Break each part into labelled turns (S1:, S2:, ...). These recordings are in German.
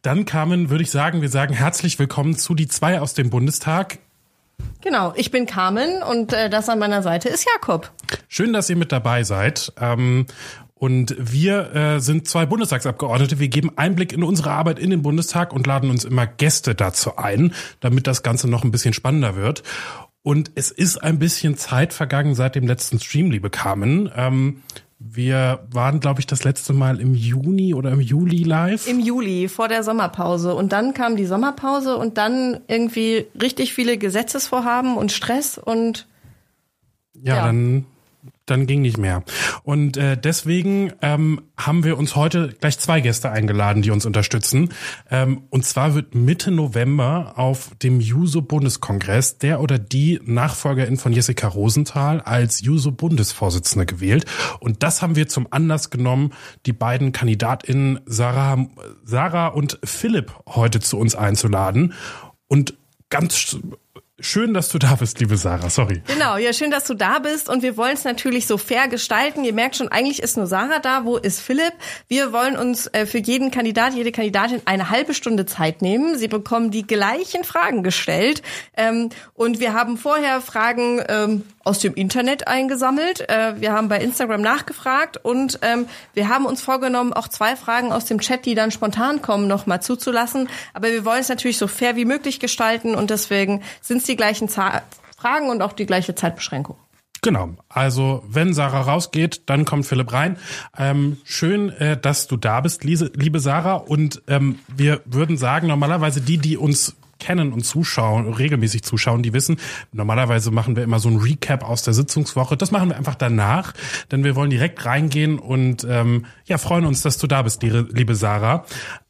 S1: Dann Carmen, würde ich sagen, wir sagen herzlich willkommen zu die 2 aus dem Bundestag.
S2: Genau, ich bin Carmen und das an meiner Seite ist Jakob.
S1: Schön, dass ihr mit dabei seid. Und wir sind 2 Bundestagsabgeordnete. Wir geben Einblick in unsere Arbeit in den Bundestag und laden uns immer Gäste dazu ein, damit das Ganze noch ein bisschen spannender wird. Und es ist ein bisschen Zeit vergangen seit dem letzten Stream, liebe Carmen. Wir waren, glaube ich, das letzte Mal im Juni oder im Juli live.
S2: Im Juli, vor der Sommerpause. Und dann kam die Sommerpause und dann irgendwie richtig viele Gesetzesvorhaben und Stress und
S1: ja. Dann ging nicht mehr. Und deswegen haben wir uns heute gleich 2 Gäste eingeladen, die uns unterstützen. Und zwar wird Mitte November auf dem Juso-Bundeskongress der oder die Nachfolgerin von Jessica Rosenthal als Juso-Bundesvorsitzende gewählt. Und das haben wir zum Anlass genommen, die beiden KandidatInnen Sarah und Philipp heute zu uns einzuladen. Und ganz schön, dass du da bist, liebe Sarah. Sorry.
S2: Genau, ja, schön, dass du da bist. Und wir wollen es natürlich so fair gestalten. Ihr merkt schon, eigentlich ist nur Sarah da. Wo ist Philipp? Wir wollen uns für jeden Kandidat, jede Kandidatin eine halbe Stunde Zeit nehmen. Sie bekommen die gleichen Fragen gestellt. Und wir haben vorher Fragen aus dem Internet eingesammelt. Wir haben bei Instagram nachgefragt und wir haben uns vorgenommen, auch 2 Fragen aus dem Chat, die dann spontan kommen, noch mal zuzulassen. Aber wir wollen es natürlich so fair wie möglich gestalten und deswegen sind es die gleichen Fragen und auch die gleiche Zeitbeschränkung.
S1: Genau, also wenn Sarah rausgeht, dann kommt Philipp rein. Schön, dass du da bist, liebe Sarah. Und wir würden sagen, normalerweise die uns kennen und regelmäßig zuschauen, die wissen, normalerweise machen wir immer so ein Recap aus der Sitzungswoche. Das machen wir einfach danach, denn wir wollen direkt reingehen und freuen uns, dass du da bist, liebe Sarah.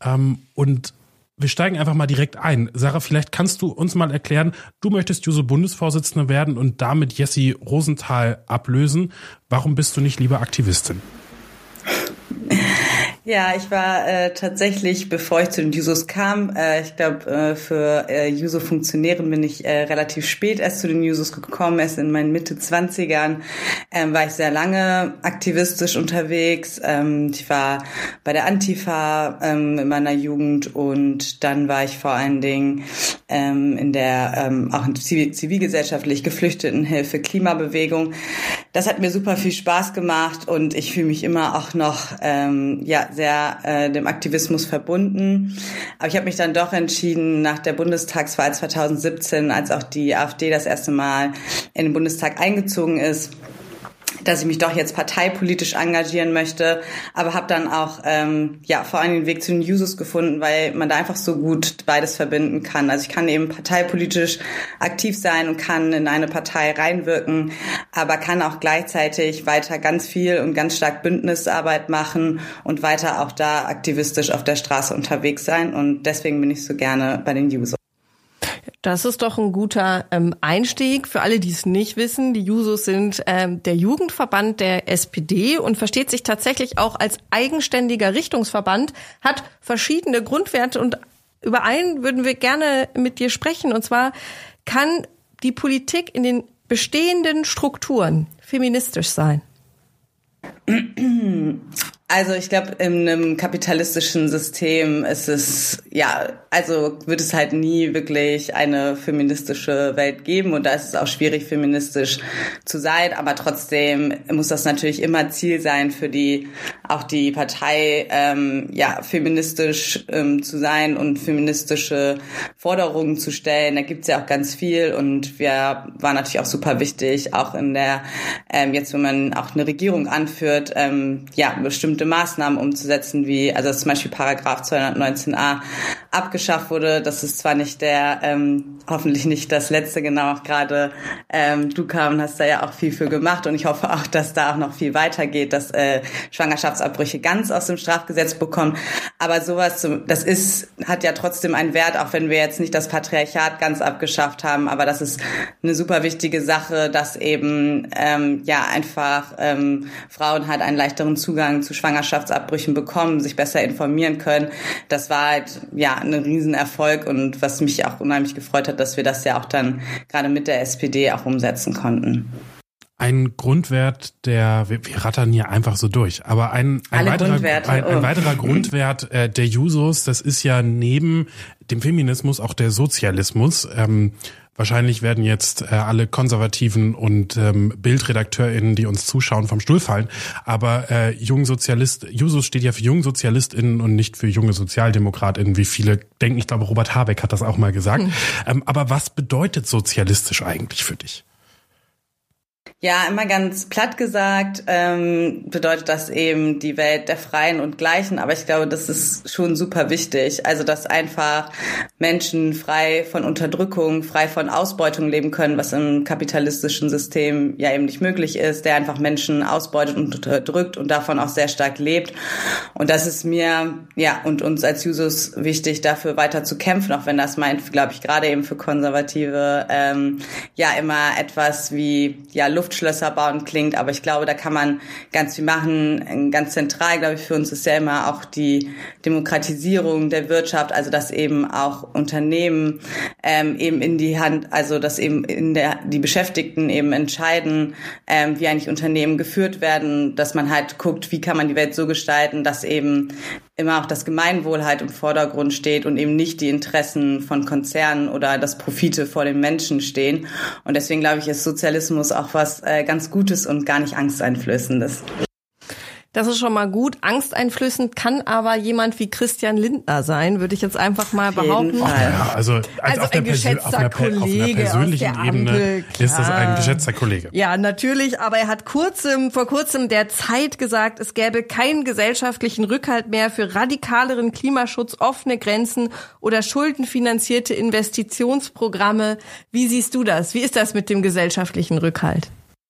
S1: Und wir steigen einfach mal direkt ein. Sarah, vielleicht kannst du uns mal erklären, du möchtest Juso-Bundesvorsitzende werden und damit Jessie Rosenthal ablösen. Warum bist du nicht lieber Aktivistin?
S3: Ja, ich war tatsächlich, bevor ich zu den Jusos kam, ich glaube, für Juso-Funktionären bin ich relativ spät erst zu den Jusos gekommen. Erst in meinen Mitte 20ern war ich sehr lange aktivistisch unterwegs. Ich war bei der Antifa in meiner Jugend und dann war ich vor allen Dingen in der auch in zivilgesellschaftlich Geflüchtetenhilfe, Klimabewegung. Das hat mir super viel Spaß gemacht und ich fühle mich immer auch noch sehr dem Aktivismus verbunden. Aber ich habe mich dann doch entschieden, nach der Bundestagswahl 2017, als auch die AfD das erste Mal in den Bundestag eingezogen ist, dass ich mich doch jetzt parteipolitisch engagieren möchte, aber habe dann auch vor allem den Weg zu den Jusos gefunden, weil man da einfach so gut beides verbinden kann. Also ich kann eben parteipolitisch aktiv sein und kann in eine Partei reinwirken, aber kann auch gleichzeitig weiter ganz viel und ganz stark Bündnisarbeit machen und weiter auch da aktivistisch auf der Straße unterwegs sein. Und deswegen bin ich so gerne bei den Jusos.
S2: Das ist doch ein guter Einstieg für alle, die es nicht wissen. Die Jusos sind der Jugendverband der SPD und versteht sich tatsächlich auch als eigenständiger Richtungsverband, hat verschiedene Grundwerte und über einen würden wir gerne mit dir sprechen. Und zwar, kann die Politik in den bestehenden Strukturen feministisch sein?
S3: Also ich glaube, in einem kapitalistischen System ist es, wird es halt nie wirklich eine feministische Welt geben und da ist es auch schwierig, feministisch zu sein, aber trotzdem muss das natürlich immer Ziel sein für die Partei, feministisch zu sein und feministische Forderungen zu stellen. Da gibt's ja auch ganz viel und war natürlich auch super wichtig, auch in der, jetzt wenn man auch eine Regierung anführt, bestimmte Maßnahmen umzusetzen, dass zum Beispiel Paragraph 219a abgeschafft wurde. Das ist zwar nicht hoffentlich nicht das letzte, genau, auch gerade du, Carmen, hast da ja auch viel für gemacht und ich hoffe auch, dass da auch noch viel weitergeht, dass Schwangerschaftsabbrüche ganz aus dem Strafgesetz bekommen. Aber sowas, hat ja trotzdem einen Wert, auch wenn wir jetzt nicht das Patriarchat ganz abgeschafft haben, aber das ist eine super wichtige Sache, dass eben Frauen halt einen leichteren Zugang zu Schwangerschaftsabbrüchen bekommen, sich besser informieren können. Das war halt ein Riesenerfolg und was mich auch unheimlich gefreut hat, dass wir das ja auch dann gerade mit der SPD auch umsetzen konnten.
S1: ein Grundwert, wir rattern hier einfach so durch, aber ein weiterer Grundwert der Jusos, das ist ja neben dem Feminismus auch der Sozialismus. Wahrscheinlich werden jetzt alle Konservativen und BildredakteurInnen, die uns zuschauen, vom Stuhl fallen. Aber Jusos steht ja für JungsozialistInnen und nicht für junge SozialdemokratInnen, wie viele denken. Ich glaube, Robert Habeck hat das auch mal gesagt. Aber was bedeutet sozialistisch eigentlich für dich?
S3: Ja, immer ganz platt gesagt, bedeutet das eben die Welt der Freien und Gleichen. Aber ich glaube, das ist schon super wichtig. Also, dass einfach Menschen frei von Unterdrückung, frei von Ausbeutung leben können, was im kapitalistischen System ja eben nicht möglich ist, der einfach Menschen ausbeutet und unterdrückt und davon auch sehr stark lebt. Und das ist mir, ja, und uns als Jusos wichtig, dafür weiter zu kämpfen, auch wenn das meint, glaube ich, gerade eben für Konservative, ja, immer etwas wie, ja, Luftschlösser bauen klingt, aber ich glaube, da kann man ganz viel machen. Ganz zentral, glaube ich, für uns ist ja immer auch die Demokratisierung der Wirtschaft, also dass eben auch Unternehmen eben in die Hand, also dass eben die Beschäftigten eben entscheiden, wie eigentlich Unternehmen geführt werden, dass man halt guckt, wie kann man die Welt so gestalten, dass eben immer auch das Gemeinwohl halt im Vordergrund steht und eben nicht die Interessen von Konzernen oder das Profite vor den Menschen stehen. Und deswegen glaube ich, ist Sozialismus auch was ganz Gutes und gar nicht angsteinflößendes.
S2: Das ist schon mal gut. Angsteinflößend kann aber jemand wie Christian Lindner sein, würde ich jetzt einfach mal behaupten.
S1: Ja, also auf einer persönlichen Ebene ist das ein geschätzter Kollege.
S2: Ja, natürlich, aber er hat vor kurzem der Zeit gesagt, es gäbe keinen gesellschaftlichen Rückhalt mehr für radikaleren Klimaschutz, offene Grenzen oder schuldenfinanzierte Investitionsprogramme. Wie siehst du das? Wie ist das mit dem gesellschaftlichen Rückhalt?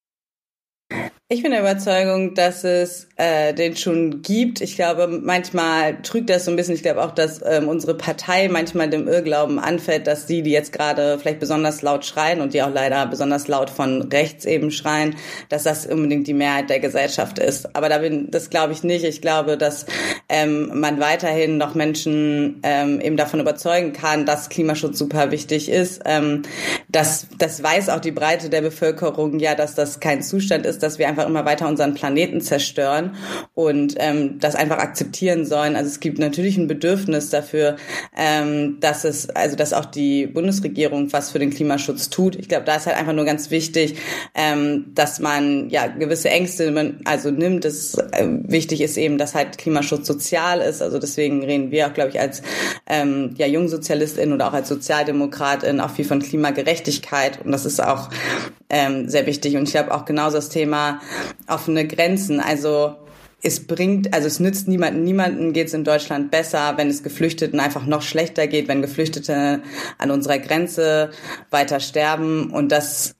S3: Ich bin der Überzeugung, dass es den schon gibt. Ich glaube, manchmal trügt das so ein bisschen. Ich glaube auch, dass unsere Partei manchmal dem Irrglauben anfällt, dass die jetzt gerade vielleicht besonders laut schreien und die auch leider besonders laut von rechts eben schreien, dass das unbedingt die Mehrheit der Gesellschaft ist. Aber das glaube ich nicht. Ich glaube, dass man weiterhin noch Menschen eben davon überzeugen kann, dass Klimaschutz super wichtig ist. Das weiß auch die Breite der Bevölkerung ja, dass das kein Zustand ist, dass wir einfach immer weiter unseren Planeten zerstören und das einfach akzeptieren sollen. Also es gibt natürlich ein Bedürfnis dafür, dass auch die Bundesregierung was für den Klimaschutz tut. Ich glaube, da ist halt einfach nur ganz wichtig, dass man ja gewisse Ängste nimmt. Wichtig ist eben, dass halt Klimaschutz sozial ist. Also deswegen reden wir auch, glaube ich, als Jungsozialistin oder auch als Sozialdemokratin auch viel von Klimagerechtigkeit und das ist auch sehr wichtig. Und ich glaube auch genauso das Thema offene Grenzen. Also es nützt niemanden geht es in Deutschland besser, wenn es Geflüchteten einfach noch schlechter geht, wenn Geflüchtete an unserer Grenze weiter sterben und das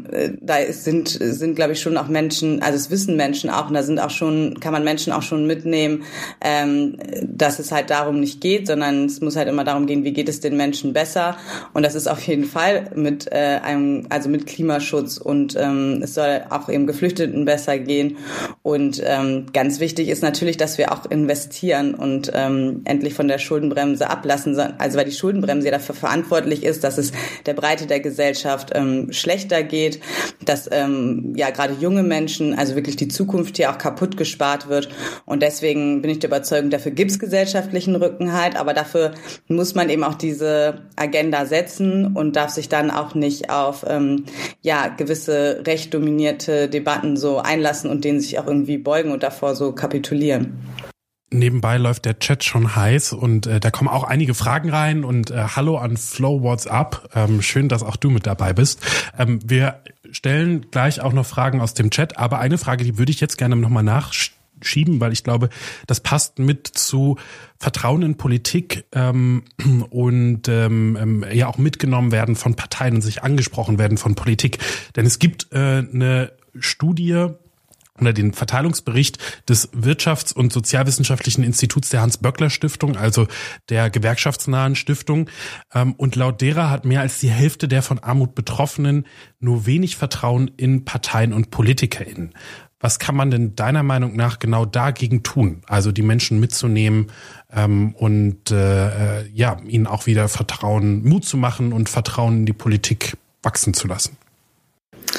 S3: sind glaube ich schon auch Menschen, also es wissen Menschen auch und kann man Menschen auch schon mitnehmen, dass es halt darum nicht geht, sondern es muss halt immer darum gehen, wie geht es den Menschen besser und das ist auf jeden Fall mit mit Klimaschutz und es soll auch eben Geflüchteten besser gehen und ganz wichtig ist natürlich, dass wir auch investieren und endlich von der Schuldenbremse ablassen, also weil die Schuldenbremse ja dafür verantwortlich ist, dass es der Breite der Gesellschaft schlechter geht, dass gerade junge Menschen, also wirklich die Zukunft hier auch kaputt gespart wird und deswegen bin ich der Überzeugung, dafür gibt es gesellschaftlichen Rückenhalt, aber dafür muss man eben auch diese Agenda setzen und darf sich dann auch nicht auf gewisse recht dominierte Debatten so einlassen und denen sich auch irgendwie beugen und davor so kapitulieren.
S1: Nebenbei läuft der Chat schon heiß und da kommen auch einige Fragen rein und hallo an Flow What's Up. Schön, dass auch du mit dabei bist. Wir stellen gleich auch noch Fragen aus dem Chat, aber eine Frage, die würde ich jetzt gerne nochmal nachschieben, weil ich glaube, das passt mit zu Vertrauen in Politik und ja auch mitgenommen werden von Parteien und sich angesprochen werden von Politik. Denn es gibt eine Studie oder den Verteilungsbericht des Wirtschafts- und Sozialwissenschaftlichen Instituts der Hans-Böckler-Stiftung, also der gewerkschaftsnahen Stiftung. Und laut derer hat mehr als die Hälfte der von Armut Betroffenen nur wenig Vertrauen in Parteien und PolitikerInnen. Was kann man denn deiner Meinung nach genau dagegen tun? Also die Menschen mitzunehmen und ihnen auch wieder Mut zu machen und Vertrauen in die Politik wachsen zu lassen.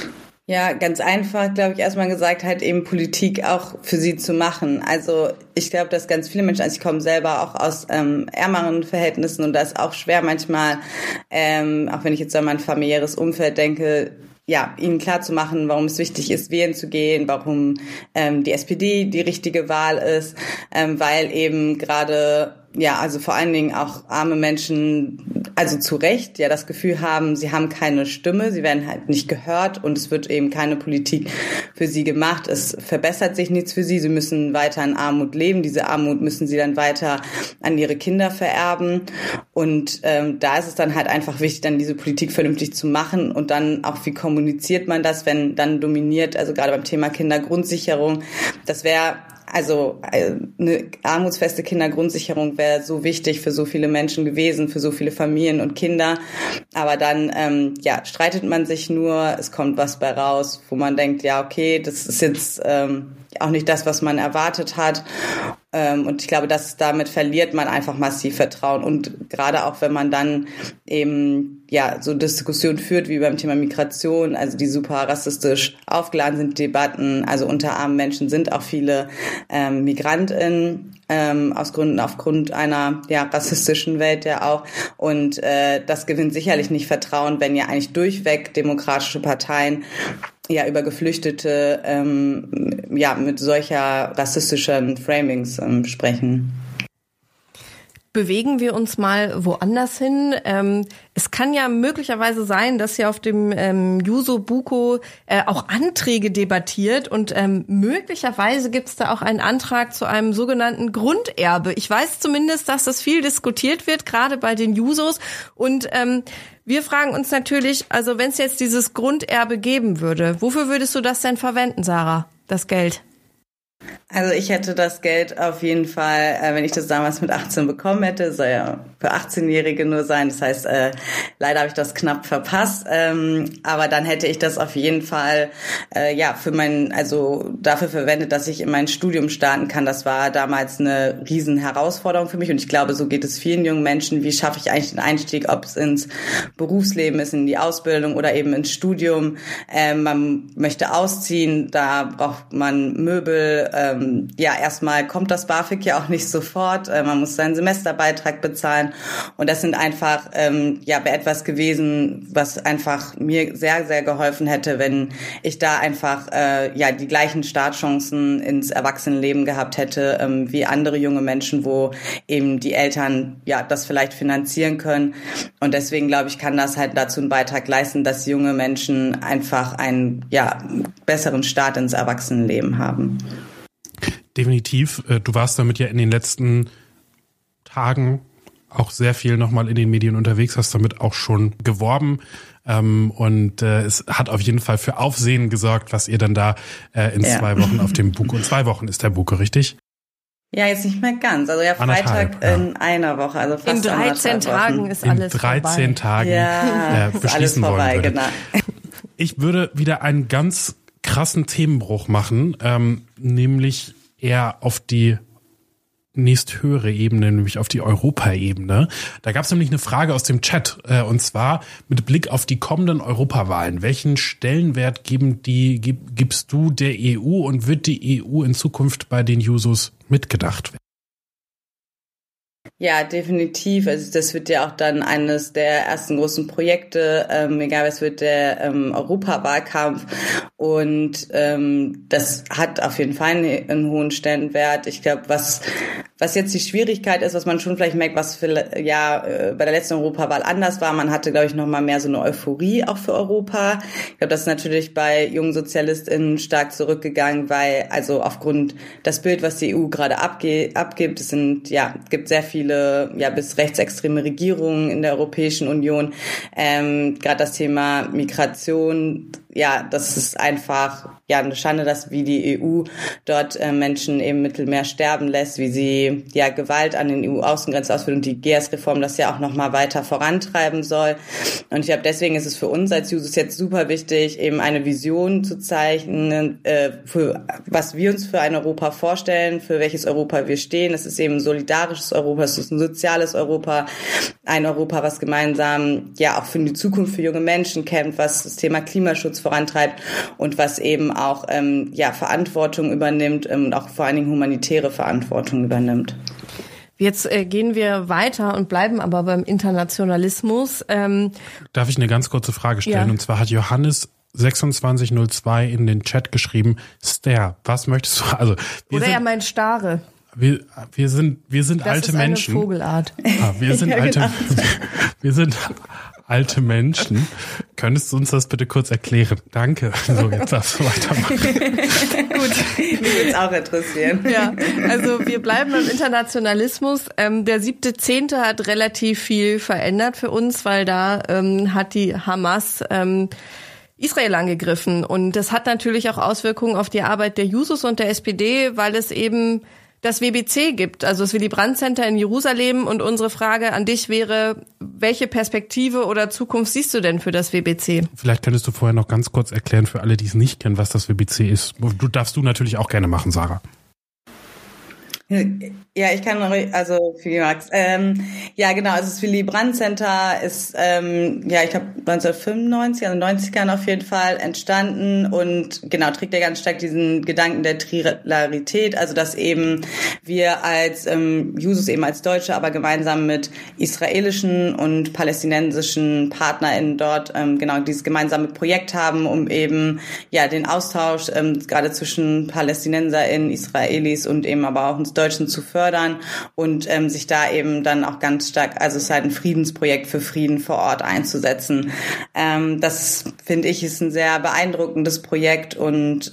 S3: Ja, ganz einfach, glaube ich, erstmal gesagt, halt eben Politik auch für sie zu machen. Also ich glaube, dass ganz viele Menschen, also ich komme selber auch aus ärmeren Verhältnissen und da ist auch schwer manchmal, auch wenn ich jetzt an mein familiäres Umfeld denke, ja, ihnen klar zu machen, warum es wichtig ist, wählen zu gehen, warum die SPD die richtige Wahl ist, weil eben gerade, ja, also vor allen Dingen auch arme Menschen, also zu Recht, ja, das Gefühl haben, sie haben keine Stimme, sie werden halt nicht gehört und es wird eben keine Politik für sie gemacht. Es verbessert sich nichts für sie, sie müssen weiter in Armut leben, diese Armut müssen sie dann weiter an ihre Kinder vererben und da ist es dann halt einfach wichtig, dann diese Politik vernünftig zu machen und dann auch, wie kommuniziert man das, wenn dann dominiert, also gerade beim Thema Kindergrundsicherung, das wäre also eine armutsfeste Kindergrundsicherung wäre so wichtig für so viele Menschen gewesen, für so viele Familien und Kinder. Aber dann streitet man sich nur, es kommt was bei raus, wo man denkt, ja okay, das ist jetzt auch nicht das, was man erwartet hat. Und ich glaube, damit verliert man einfach massiv Vertrauen. Und gerade auch, wenn man dann eben so Diskussionen führt, wie beim Thema Migration, also die super rassistisch aufgeladen sind, Debatten, also unter armen Menschen sind auch viele MigrantInnen, aufgrund einer rassistischen Welt ja auch. Und das gewinnt sicherlich nicht Vertrauen, wenn ja eigentlich durchweg demokratische Parteien über Geflüchtete mit solcher rassistischen Framings sprechen.
S2: Bewegen wir uns mal woanders hin. Es kann ja möglicherweise sein, dass ja auf dem Juso Buko auch Anträge debattiert und möglicherweise gibt es da auch einen Antrag zu einem sogenannten Grunderbe. Ich weiß zumindest, dass das viel diskutiert wird, gerade bei den Jusos. Und wir fragen uns natürlich, also wenn es jetzt dieses Grunderbe geben würde, wofür würdest du das denn verwenden, Sarah, das Geld?
S3: Also ich hätte das Geld auf jeden Fall, wenn ich das damals mit 18 bekommen hätte, soll ja für 18-Jährige nur sein. Das heißt, leider habe ich das knapp verpasst. Aber dann hätte ich das auf jeden Fall dafür verwendet, dass ich in mein Studium starten kann. Das war damals eine riesen Herausforderung für mich und ich glaube, so geht es vielen jungen Menschen. Wie schaffe ich eigentlich den Einstieg, ob es ins Berufsleben ist, in die Ausbildung oder eben ins Studium? Man möchte ausziehen, da braucht man Möbel. Erstmal kommt das BAföG ja auch nicht sofort. Man muss seinen Semesterbeitrag bezahlen. Und das sind einfach etwas gewesen, was einfach mir sehr, sehr geholfen hätte, wenn ich da einfach die gleichen Startchancen ins Erwachsenenleben gehabt hätte, wie andere junge Menschen, wo eben die Eltern das vielleicht finanzieren können. Und deswegen, glaube ich, kann das halt dazu einen Beitrag leisten, dass junge Menschen einfach einen besseren Start ins Erwachsenenleben haben.
S1: Definitiv. Du warst damit ja in den letzten Tagen auch sehr viel nochmal in den Medien unterwegs, hast damit auch schon geworben. Und es hat auf jeden Fall für Aufsehen gesorgt, was ihr dann da in 2 Wochen auf dem Buko. In 2 Wochen ist der Buko, richtig?
S3: Ja, jetzt nicht mehr ganz. Also Freitag in einer Woche. Also fast
S2: in 13 Tagen ist alles vorbei.
S1: In 13 Tagen beschließen wollen würde.
S3: Genau.
S1: Ich würde wieder einen ganz krassen Themenbruch machen, nämlich eher auf die nächsthöhere Ebene, nämlich auf die Europaebene. Da gab es nämlich eine Frage aus dem Chat, und zwar mit Blick auf die kommenden Europawahlen. Welchen Stellenwert gibst du der EU und wird die EU in Zukunft bei den Jusos mitgedacht werden?
S3: Ja, definitiv. Also das wird ja auch dann eines der ersten großen Projekte, egal was wird der Europawahlkampf und das hat auf jeden Fall einen hohen Stellenwert. Ich glaube, was jetzt die Schwierigkeit ist, was man schon vielleicht merkt, was bei der letzten Europawahl anders war, man hatte, glaube ich, noch mal mehr so eine Euphorie auch für Europa. Ich glaube, das ist natürlich bei jungen SozialistInnen stark zurückgegangen, weil also aufgrund das Bild, was die EU gerade abgibt, es gibt sehr viele bis rechtsextreme Regierungen in der Europäischen Union. Gerade das Thema Migration, das ist einfach eine Schande, dass wie die EU dort Menschen im Mittelmeer sterben lässt, wie sie Gewalt an den EU-Außengrenzen ausführt und die GEAS-Reform das ja auch nochmal weiter vorantreiben soll. Und ich glaube, deswegen ist es für uns als Jusos jetzt super wichtig, eben eine Vision zu zeichnen, für was wir uns für ein Europa vorstellen, für welches Europa wir stehen. Es ist eben ein solidarisches Europa, es ist ein soziales Europa, ein Europa, was gemeinsam ja auch für die Zukunft für junge Menschen kämpft, was das Thema Klimaschutz vorantreibt und was eben auch Verantwortung übernimmt und auch vor allen Dingen humanitäre Verantwortung übernimmt.
S2: Jetzt gehen wir weiter und bleiben aber beim Internationalismus.
S1: Darf ich eine ganz kurze Frage stellen?
S2: Ja.
S1: Und zwar hat Johannes 2602 in den Chat geschrieben, Ster, was möchtest du? Also
S2: Oder er meint Stare.
S1: Wir sind
S2: Das
S1: alte
S2: ist
S1: Menschen.
S2: eine Vogelart.
S1: Wir sind
S2: Ja,
S1: alte.
S2: genau.
S1: Wir sind alte Menschen. Könntest du uns das bitte kurz erklären? Danke. So, jetzt darfst du weitermachen.
S3: Gut, mich würde es auch interessieren.
S2: Ja, also wir bleiben beim Internationalismus. Der 7.10. hat relativ viel verändert für uns, weil da hat die Hamas Israel angegriffen. Und das hat natürlich auch Auswirkungen auf die Arbeit der Jusos und der SPD, weil es eben das WBC gibt, also das Willy Brandt Center in Jerusalem. Und unsere Frage an dich wäre, welche Perspektive oder Zukunft siehst du denn für das WBC?
S1: Vielleicht könntest du vorher noch ganz kurz erklären für alle, die es nicht kennen, was das WBC ist. Darfst du natürlich auch gerne machen, Sarah.
S3: Ja, ich kann, also viel Max. Ja, genau, also das Willy Brandt Center ist, ich glaube 1995, also 90ern auf jeden Fall entstanden und genau, trägt ja ganz stark diesen Gedanken der Trilarität, also dass eben wir als Jusos eben als Deutsche, aber gemeinsam mit israelischen und palästinensischen PartnerInnen dort genau dieses gemeinsame Projekt haben, um eben ja den Austausch gerade zwischen PalästinenserInnen, Israelis und eben aber auch uns Deutschen zu fördern und sich da eben dann auch ganz stark, also es ist halt ein Friedensprojekt für Frieden vor Ort einzusetzen. Das finde ich ist ein sehr beeindruckendes Projekt und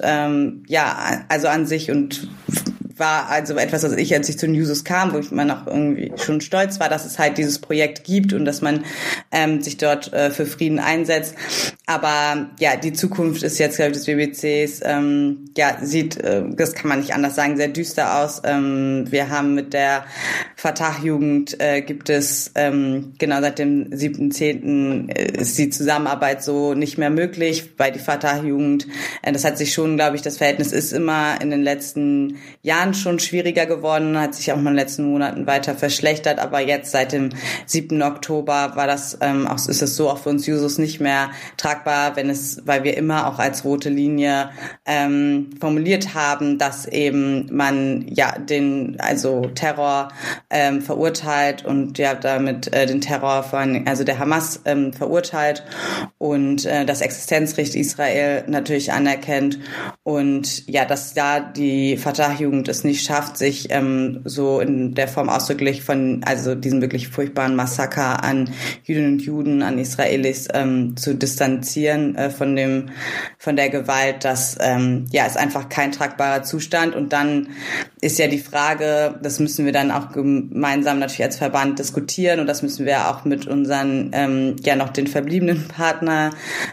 S3: also an sich und war also etwas, was ich, als ich zu den Jusos kam, wo ich mal noch irgendwie schon stolz war, dass es halt dieses Projekt gibt und dass man sich dort für Frieden einsetzt. Aber ja, die Zukunft ist jetzt, glaube ich, des WBCs, sieht, das kann man nicht anders sagen, sehr düster aus. Wir haben mit der Fatah-Jugend gibt es, genau seit dem 7.10. Ist die Zusammenarbeit so nicht mehr möglich, weil die Fatah-Jugend, das hat sich schon, glaube ich, das Verhältnis ist immer in den letzten Jahren schon schwieriger geworden, hat sich auch in den letzten Monaten weiter verschlechtert, aber jetzt seit dem 7. Oktober war das ist es so auch für uns Jusos nicht mehr tragbar, weil wir immer auch als rote Linie formuliert haben, dass eben man den Terror verurteilt und damit den Terror also der Hamas verurteilt und das Existenzrecht Israel natürlich anerkennt und ja, dass da die Fatah-Jugend es nicht schafft, sich so in der Form ausdrücklich von diesem wirklich furchtbaren Massaker an Jüdinnen und Juden, an Israelis zu distanzieren von der Gewalt, das ist einfach kein tragbarer Zustand. Und dann ist ja die Frage, das müssen wir dann auch gemeinsam natürlich als Verband diskutieren und das müssen wir auch mit unseren noch den verbliebenen Partner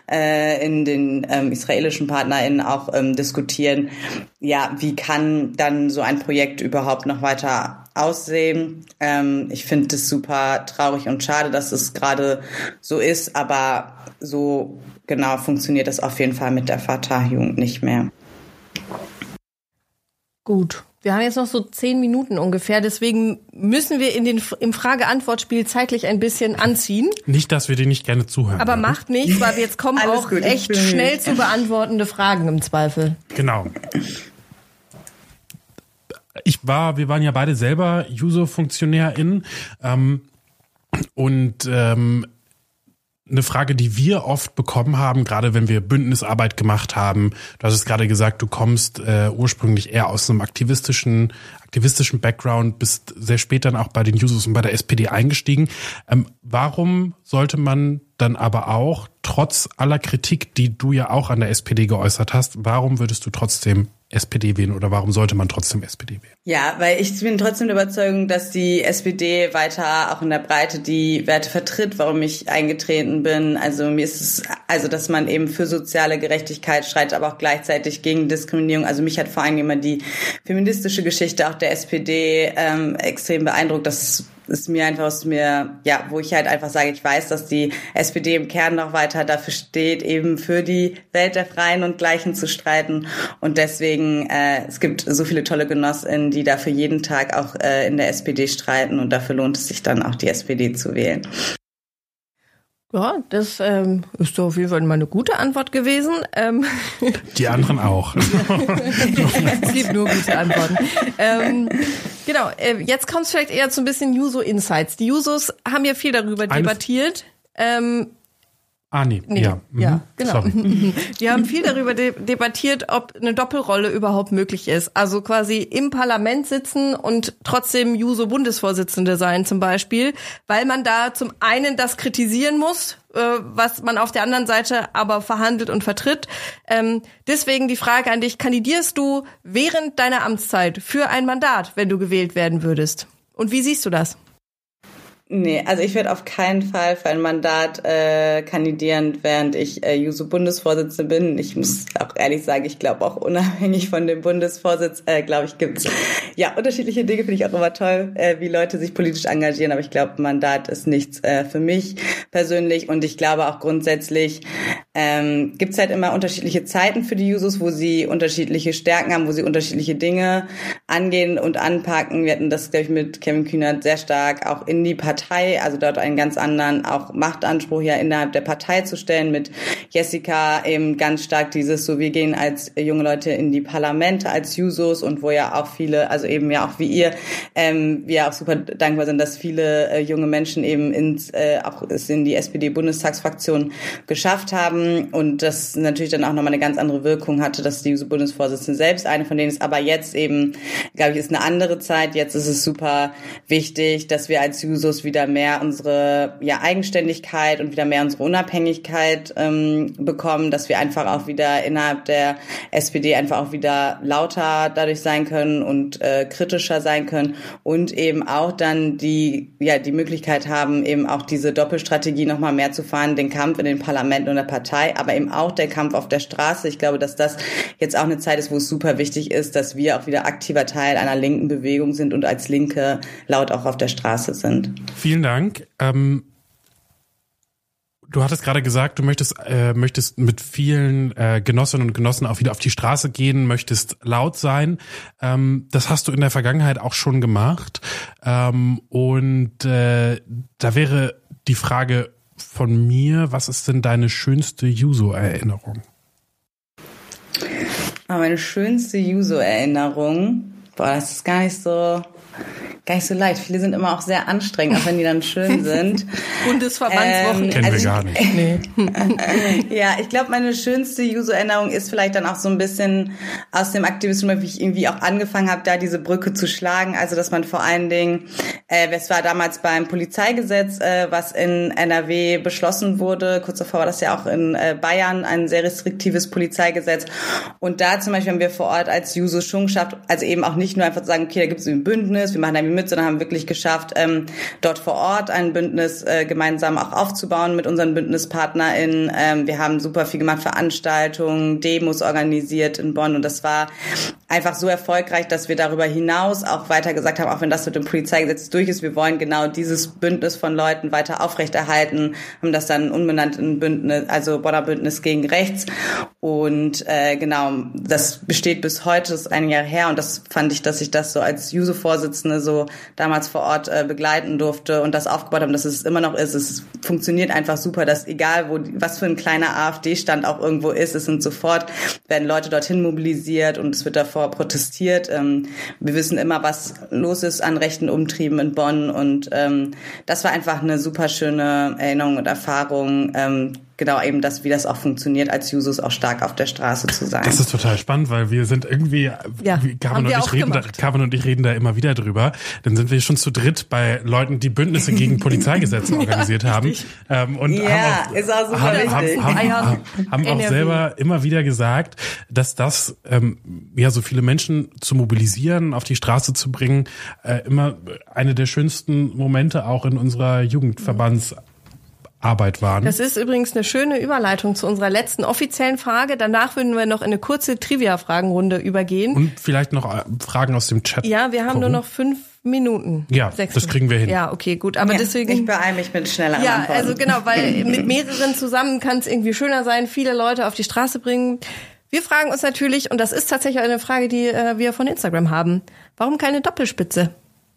S3: in den israelischen PartnerInnen auch diskutieren. Ja, wie kann dann so ein Projekt überhaupt noch weiter aussehen? Ich finde es super traurig und schade, dass es gerade so ist, aber so genau funktioniert das auf jeden Fall mit der Fatah-Jugend nicht mehr.
S2: Gut. Wir haben jetzt noch so 10 Minuten ungefähr, deswegen müssen wir im Frage-Antwort-Spiel zeitlich ein bisschen anziehen.
S1: Nicht, dass wir dir nicht gerne zuhören.
S2: Aber macht nichts, weil jetzt kommen
S3: Alles
S2: auch
S3: gut,
S2: echt schnell zu beantwortende Fragen im Zweifel.
S1: Genau. Wir waren ja beide selber Juso-FunktionärInnen und eine Frage, die wir oft bekommen haben, gerade wenn wir Bündnisarbeit gemacht haben. Du hast es gerade gesagt, du kommst ursprünglich eher aus einem aktivistischen Background, bist sehr spät dann auch bei den Jusos und bei der SPD eingestiegen. Warum sollte man dann aber auch, trotz aller Kritik, die du ja auch an der SPD geäußert hast, warum würdest du trotzdem SPD wählen oder warum sollte man trotzdem SPD wählen?
S3: Ja, weil ich bin trotzdem der Überzeugung, dass die SPD weiter auch in der Breite die Werte vertritt, warum ich eingetreten bin. Also mir ist es, dass man eben für soziale Gerechtigkeit streitet, aber auch gleichzeitig gegen Diskriminierung. Also mich hat vor allem immer die feministische Geschichte auch der SPD extrem beeindruckt. Das ist mir einfach wo ich halt einfach sage, ich weiß, dass die SPD im Kern noch weiter dafür steht, eben für die Welt der Freien und Gleichen zu streiten. Und deswegen, es gibt so viele tolle GenossInnen, die dafür jeden Tag auch in der SPD streiten. Und dafür lohnt es sich dann auch, die SPD zu wählen.
S2: Ja, das ist doch auf jeden Fall mal eine gute Antwort gewesen.
S1: Die anderen auch.
S2: Es gibt nur gute Antworten. Genau, jetzt kommt es vielleicht eher zu ein bisschen Juso-Insights. Die Jusos haben ja viel darüber debattiert.
S1: Nee. Ja.
S2: Ja, genau.
S1: Sorry.
S2: Die haben viel darüber debattiert, ob eine Doppelrolle überhaupt möglich ist. Also quasi im Parlament sitzen und trotzdem Juso-Bundesvorsitzende sein zum Beispiel, weil man da zum einen das kritisieren muss, was man auf der anderen Seite aber verhandelt und vertritt. Deswegen die Frage an dich, kandidierst du während deiner Amtszeit für ein Mandat, wenn du gewählt werden würdest? Und wie siehst du das?
S3: Nee, also ich werde auf keinen Fall für ein Mandat kandidieren, während ich Juso-Bundesvorsitzende bin. Ich muss auch ehrlich sagen, ich glaube auch unabhängig von dem Bundesvorsitz, glaube ich, gibt's ja unterschiedliche Dinge, finde ich auch immer toll, wie Leute sich politisch engagieren. Aber ich glaube, ein Mandat ist nichts für mich persönlich. Und ich glaube auch grundsätzlich gibt's halt immer unterschiedliche Zeiten für die Jusos, wo sie unterschiedliche Stärken haben, wo sie unterschiedliche Dinge angehen und anpacken. Wir hatten das, glaube ich, mit Kevin Kühnert sehr stark auch in die Partei, also dort einen ganz anderen auch Machtanspruch ja innerhalb der Partei zu stellen, mit Jessica eben ganz stark dieses so, wir gehen als junge Leute in die Parlamente als Jusos und wo ja auch viele, also eben ja auch wie ihr, wir auch super dankbar sind, dass viele junge Menschen eben auch es in die SPD-Bundestagsfraktion geschafft haben und das natürlich dann auch nochmal eine ganz andere Wirkung hatte, dass die Juso-Bundesvorsitzende selbst eine von denen ist, aber jetzt eben, glaube ich, ist eine andere Zeit, jetzt ist es super wichtig, dass wir als Jusos wieder mehr unsere Eigenständigkeit und wieder mehr unsere Unabhängigkeit bekommen, dass wir einfach auch wieder innerhalb der SPD einfach auch wieder lauter dadurch sein können und kritischer sein können und eben auch dann die Möglichkeit haben, eben auch diese Doppelstrategie nochmal mehr zu fahren, den Kampf in den Parlamenten und der Partei, aber eben auch der Kampf auf der Straße. Ich glaube, dass das jetzt auch eine Zeit ist, wo es super wichtig ist, dass wir auch wieder aktiver Teil einer linken Bewegung sind und als Linke laut auch auf der Straße sind.
S1: Vielen Dank. Du hattest gerade gesagt, du möchtest mit vielen Genossinnen und Genossen auch wieder auf die Straße gehen, möchtest laut sein. Das hast du in der Vergangenheit auch schon gemacht. Da wäre die Frage von mir, was ist denn deine schönste Juso-Erinnerung?
S3: Meine schönste Juso-Erinnerung, das ist gar nicht so leicht. Viele sind immer auch sehr anstrengend, auch wenn die dann schön sind.
S2: Bundesverbandswochen.
S1: Kennen wir gar nicht.
S2: Nee.
S3: Ja, ich glaube, meine schönste Juso-Erinnerung ist vielleicht dann auch so ein bisschen aus dem Aktivismus, wie ich irgendwie auch angefangen habe, da diese Brücke zu schlagen. Also, dass man vor allen Dingen, es war damals beim Polizeigesetz, was in NRW beschlossen wurde. Kurz davor war das ja auch in Bayern ein sehr restriktives Polizeigesetz. Und da zum Beispiel haben wir vor Ort als Juso schon geschafft, also eben auch nicht nur einfach zu sagen, okay, da gibt es ein Bündnis, wir machen da mit, sondern haben wirklich geschafft, dort vor Ort ein Bündnis gemeinsam auch aufzubauen mit unseren BündnispartnerInnen. Wir haben super viel gemacht, Veranstaltungen, Demos organisiert in Bonn und das war einfach so erfolgreich, dass wir darüber hinaus auch weiter gesagt haben, auch wenn das mit dem Polizeigesetz durch ist, wir wollen genau dieses Bündnis von Leuten weiter aufrechterhalten, haben das dann umbenannt in Bündnis, also Bonner Bündnis gegen Rechts und genau, das besteht bis heute, das ist ein Jahr her und das fand ich, dass ich das so als Juso-Vorsitzende so damals vor Ort begleiten durfte und das aufgebaut haben, dass es immer noch ist. Es funktioniert einfach super, dass egal was für ein kleiner AfD-Stand auch irgendwo ist, werden Leute dorthin mobilisiert und es wird davor protestiert. Wir wissen immer, was los ist an rechten Umtrieben in Bonn und das war einfach eine super schöne Erinnerung und Erfahrung. Genau, eben wie das auch funktioniert, als Jusos auch stark auf der Straße zu sein.
S1: Das ist total spannend, weil wir sind irgendwie, Carmen und ich reden da immer wieder drüber. Dann sind wir schon zu dritt bei Leuten, die Bündnisse gegen Polizeigesetze organisiert haben. Und
S3: ist auch super wichtig.
S1: Haben auch selber immer wieder gesagt, dass das, so viele Menschen zu mobilisieren, auf die Straße zu bringen, immer eine der schönsten Momente auch in unserer Jugendverbandsarbeit waren.
S2: Das ist übrigens eine schöne Überleitung zu unserer letzten offiziellen Frage. Danach würden wir noch in eine kurze Trivia-Fragenrunde übergehen.
S1: Und vielleicht noch Fragen aus dem Chat.
S2: Ja, wir haben nur noch 5 Minuten.
S1: Ja, das kriegen wir hin.
S2: Ja, okay, gut. Aber deswegen.
S3: Ich beeile mich mit schnelleren Antworten.
S2: Ja, also genau, weil mit mehreren zusammen kann es irgendwie schöner sein, viele Leute auf die Straße bringen. Wir fragen uns natürlich, und das ist tatsächlich eine Frage, die wir von Instagram haben, warum keine Doppelspitze?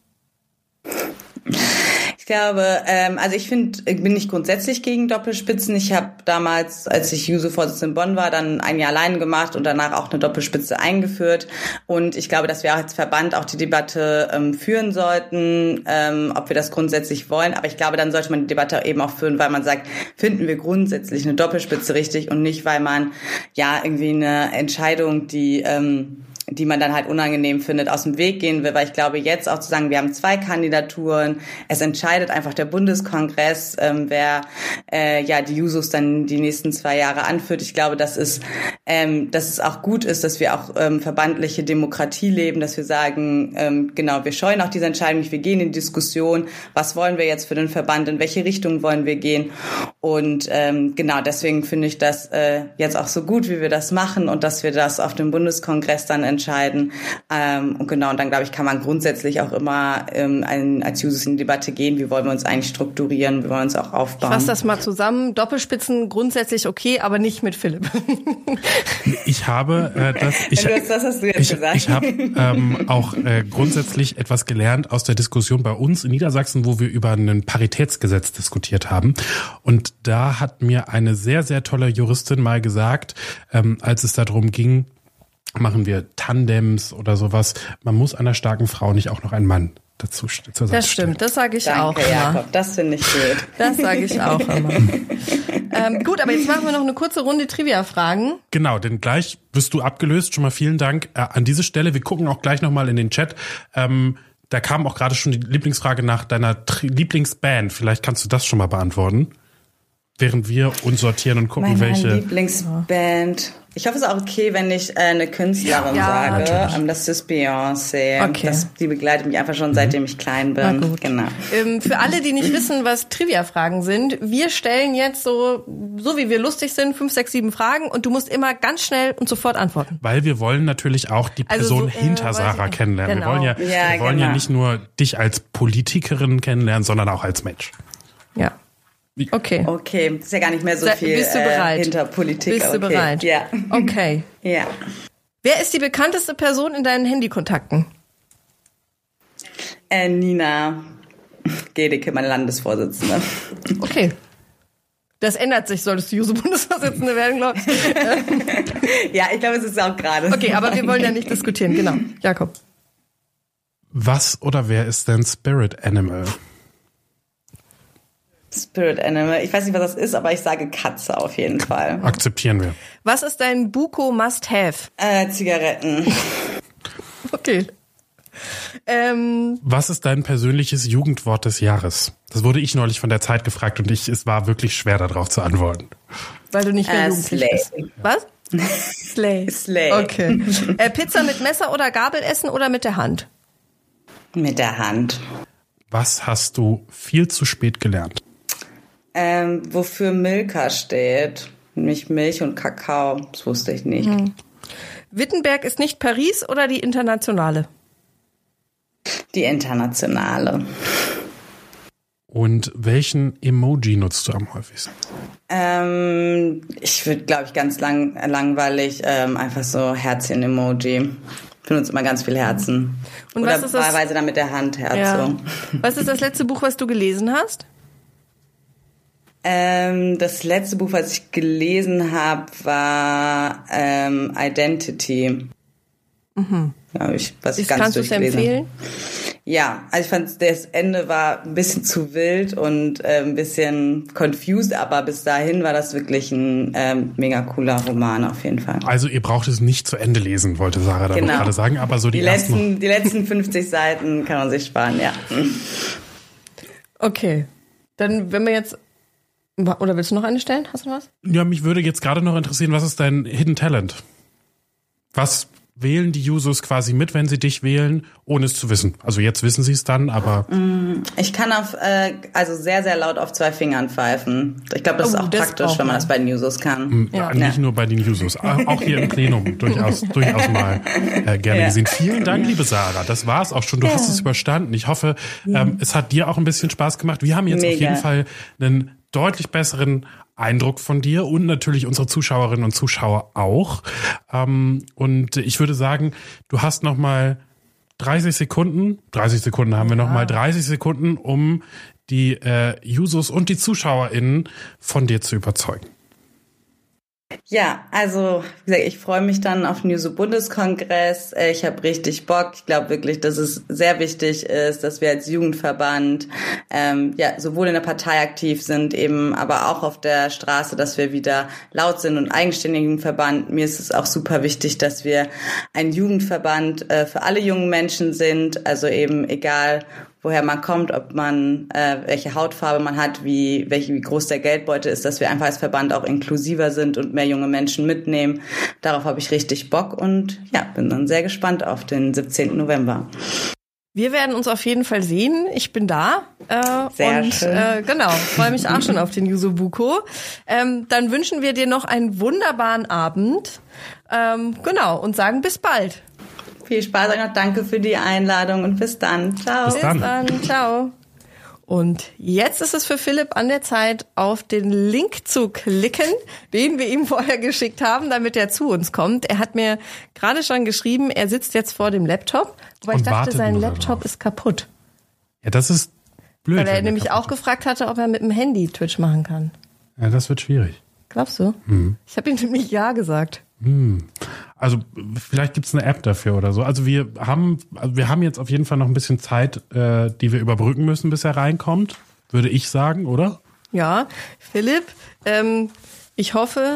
S3: Ich glaube, also ich bin nicht grundsätzlich gegen Doppelspitzen. Ich habe damals, als ich Juso-Vorsitzende in Bonn war, dann ein Jahr alleine gemacht und danach auch eine Doppelspitze eingeführt. Und ich glaube, dass wir auch als Verband auch die Debatte führen sollten, ob wir das grundsätzlich wollen. Aber ich glaube, dann sollte man die Debatte eben auch führen, weil man sagt, finden wir grundsätzlich eine Doppelspitze richtig und nicht, weil man ja irgendwie eine Entscheidung, die man dann halt unangenehm findet, aus dem Weg gehen will, weil ich glaube, jetzt auch zu sagen, wir haben 2 Kandidaturen, es entscheidet einfach der Bundeskongress, wer die Jusos dann die nächsten 2 Jahre anführt. Ich glaube, dass es auch gut ist, dass wir auch verbandliche Demokratie leben, dass wir sagen, genau, wir scheuen auch diese Entscheidung nicht, wir gehen in die Diskussion, was wollen wir jetzt für den Verband, in welche Richtung wollen wir gehen und genau, deswegen finde ich das jetzt auch so gut, wie wir das machen und dass wir das auf dem Bundeskongress dann entscheiden. Und genau, und dann glaube ich, kann man grundsätzlich auch immer als Jusos in die Debatte gehen, wie wollen wir uns eigentlich strukturieren, wie wollen wir uns auch aufbauen.
S2: Ich fasse das mal zusammen, Doppelspitzen grundsätzlich okay, aber nicht mit Philipp.
S1: Ich habe
S3: was hast du jetzt gesagt?
S1: Ich habe auch grundsätzlich etwas gelernt aus der Diskussion bei uns in Niedersachsen, wo wir über ein Paritätsgesetz diskutiert haben. Und da hat mir eine sehr, sehr tolle Juristin mal gesagt, als es darum ging, machen wir Tandems oder sowas. Man muss einer starken Frau nicht auch noch einen Mann dazu zur Seite stellen.
S2: Das stimmt, das sage ich auch
S3: immer.
S2: immer.
S3: Jakob, das finde ich gut.
S2: Das sage ich auch immer. Gut, aber jetzt machen wir noch eine kurze Runde Trivia-Fragen.
S1: Genau, denn gleich wirst du abgelöst. Schon mal vielen Dank an diese Stelle. Wir gucken auch gleich nochmal in den Chat. Da kam auch gerade schon die Lieblingsfrage nach deiner Lieblingsband. Vielleicht kannst du das schon mal beantworten, während wir uns sortieren und gucken, welche.
S3: Meine Lieblingsband. Ich hoffe, es ist auch okay, wenn ich eine Künstlerin sage. Das ist Beyoncé.
S2: Okay.
S3: Die begleitet mich einfach schon, seitdem ich klein bin.
S2: Na gut.
S3: Genau.
S2: Für alle, die nicht wissen, was Trivia-Fragen sind, wir stellen jetzt so wie wir lustig sind, 5, 6, 7 Fragen und du musst immer ganz schnell und sofort antworten.
S1: Weil wir wollen natürlich auch die Person hinter Sarah kennenlernen.
S2: Genau.
S1: Wir wollen ja nicht nur dich als Politikerin kennenlernen, sondern auch als Mensch.
S2: Ja. Okay.
S3: Okay, ist ja gar nicht mehr so viel
S2: Bist du bereit?
S3: Hinter Politik.
S2: Bist du bereit?
S3: Ja.
S2: Okay.
S3: Ja.
S2: Wer ist die bekannteste Person in deinen Handykontakten?
S3: Nina Gedicke, meine Landesvorsitzende.
S2: Okay. Das ändert sich, solltest du Juso-Bundesvorsitzende werden, glaube ich.
S3: Ja, ich glaube, es ist auch gerade.
S2: Okay, aber wir wollen ja nicht diskutieren, genau. Jakob.
S1: Was oder wer ist dein Spirit Animal?
S3: Spirit Animal. Ich weiß nicht, was das ist, aber ich sage Katze auf jeden Fall.
S1: Akzeptieren wir.
S2: Was ist dein Buko Must-Have?
S3: Zigaretten.
S2: Okay.
S1: Was ist dein persönliches Jugendwort des Jahres? Das wurde ich neulich von der Zeit gefragt und es war wirklich schwer, darauf zu antworten.
S2: Weil du nicht mehr jugendlich bist. Was? Slay.
S3: Slay.
S2: Okay. Pizza mit Messer oder Gabel essen oder mit der Hand?
S3: Mit der Hand.
S1: Was hast du viel zu spät gelernt?
S3: Wofür Milka steht. Nämlich Milch und Kakao. Das wusste ich nicht.
S2: Wittenberg ist nicht Paris oder die Internationale?
S3: Die Internationale.
S1: Und welchen Emoji nutzt du am häufigsten?
S3: Ich würde, glaube ich, ganz langweilig einfach so Herzchen-Emoji. Ich benutze immer ganz viel Herzen.
S2: Und
S3: oder
S2: was ist das?
S3: Wahlweise dann mit der Hand Herz.
S2: Ja.
S3: So.
S2: Was ist das letzte Buch, was du gelesen hast?
S3: Das letzte Buch, was ich gelesen habe, war Identity. Glaube ich, was ich ganz
S2: Kannst du es empfehlen?
S3: Ja, also ich fand, das Ende war ein bisschen zu wild und ein bisschen confused, aber bis dahin war das wirklich ein mega cooler Roman auf jeden Fall.
S1: Also ihr braucht es nicht zu Ende lesen, wollte Sarah da noch gerade sagen, aber so die
S3: letzten 50 Seiten kann man sich sparen, ja.
S2: Okay, dann wenn wir jetzt, oder willst du noch eine stellen? Hast du was?
S1: Ja, mich würde jetzt gerade noch interessieren, was ist dein Hidden Talent? Was wählen die Jusos quasi mit, wenn sie dich wählen, ohne es zu wissen? Also jetzt wissen sie es dann, aber...
S3: Ich kann also sehr, sehr laut auf 2 Fingern pfeifen. Ich glaube, das ist auch praktisch, wenn man das bei den Jusos kann.
S1: Nicht nur bei den Jusos, auch hier im Plenum durchaus mal gerne gesehen. Vielen Dank, liebe Sarah. Das war es auch schon. Du hast es überstanden. Ich hoffe, es hat dir auch ein bisschen Spaß gemacht. Wir haben jetzt auf jeden Fall einen deutlich besseren Eindruck von dir und natürlich unsere Zuschauerinnen und Zuschauer auch. Und ich würde sagen, du hast noch mal 30 Sekunden haben wir noch mal 30 Sekunden, um die Jusos und die ZuschauerInnen von dir zu überzeugen.
S3: Ja, also wie gesagt, ich freue mich dann auf den Juso-Bundeskongress. Ich habe richtig Bock. Ich glaube wirklich, dass es sehr wichtig ist, dass wir als Jugendverband sowohl in der Partei aktiv sind, eben aber auch auf der Straße, dass wir wieder laut sind und eigenständigen Verband. Mir ist es auch super wichtig, dass wir ein Jugendverband für alle jungen Menschen sind, also eben egal woher man kommt, ob man welche Hautfarbe man hat, wie groß der Geldbeutel ist, dass wir einfach als Verband auch inklusiver sind und mehr junge Menschen mitnehmen. Darauf habe ich richtig Bock und bin dann sehr gespannt auf den 17. November.
S2: Wir werden uns auf jeden Fall sehen. Ich bin da.
S3: Sehr schön.
S2: Genau, freue mich auch schon auf den Juso Buko. Dann wünschen wir dir noch einen wunderbaren Abend. Und sagen bis bald.
S3: Viel Spaß euch noch. Danke für die Einladung und bis dann. Ciao.
S2: Bis dann. Ciao. Und jetzt ist es für Philipp an der Zeit, auf den Link zu klicken, den wir ihm vorher geschickt haben, damit er zu uns kommt. Er hat mir gerade schon geschrieben, er sitzt jetzt vor dem Laptop, aber ich dachte, sein Laptop ist kaputt.
S1: Ja, das ist blöd.
S2: Weil er nämlich auch gefragt hatte, ob er mit dem Handy Twitch machen kann.
S1: Ja, das wird schwierig.
S2: Glaubst du? Ich habe ihm nämlich ja gesagt.
S1: Also vielleicht gibt's eine App dafür oder so. Also wir haben jetzt auf jeden Fall noch ein bisschen Zeit, die wir überbrücken müssen, bis er reinkommt, würde ich sagen, oder?
S2: Ja, Philipp, ich hoffe,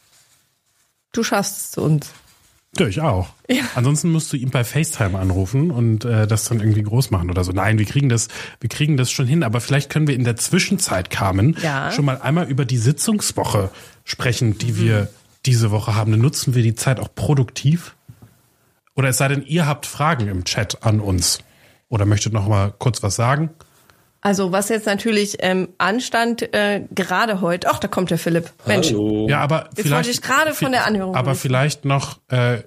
S2: du schaffst es zu uns.
S1: Ja, ich auch. Ja. Ansonsten musst du ihn bei FaceTime anrufen und das dann irgendwie groß machen oder so. Nein, wir kriegen das schon hin. Aber vielleicht können wir in der Zwischenzeit, Carmen, schon mal einmal über die Sitzungswoche sprechen, die wir diese Woche haben. Dann nutzen wir die Zeit auch produktiv. Oder es sei denn, ihr habt Fragen im Chat an uns. Oder möchtet noch mal kurz was sagen?
S2: Also was jetzt natürlich anstand, gerade heute, da kommt der Philipp. Mensch.
S4: Hallo.
S1: Ja, aber
S2: jetzt wollte ich gerade von der Anhörung
S1: aber vielleicht noch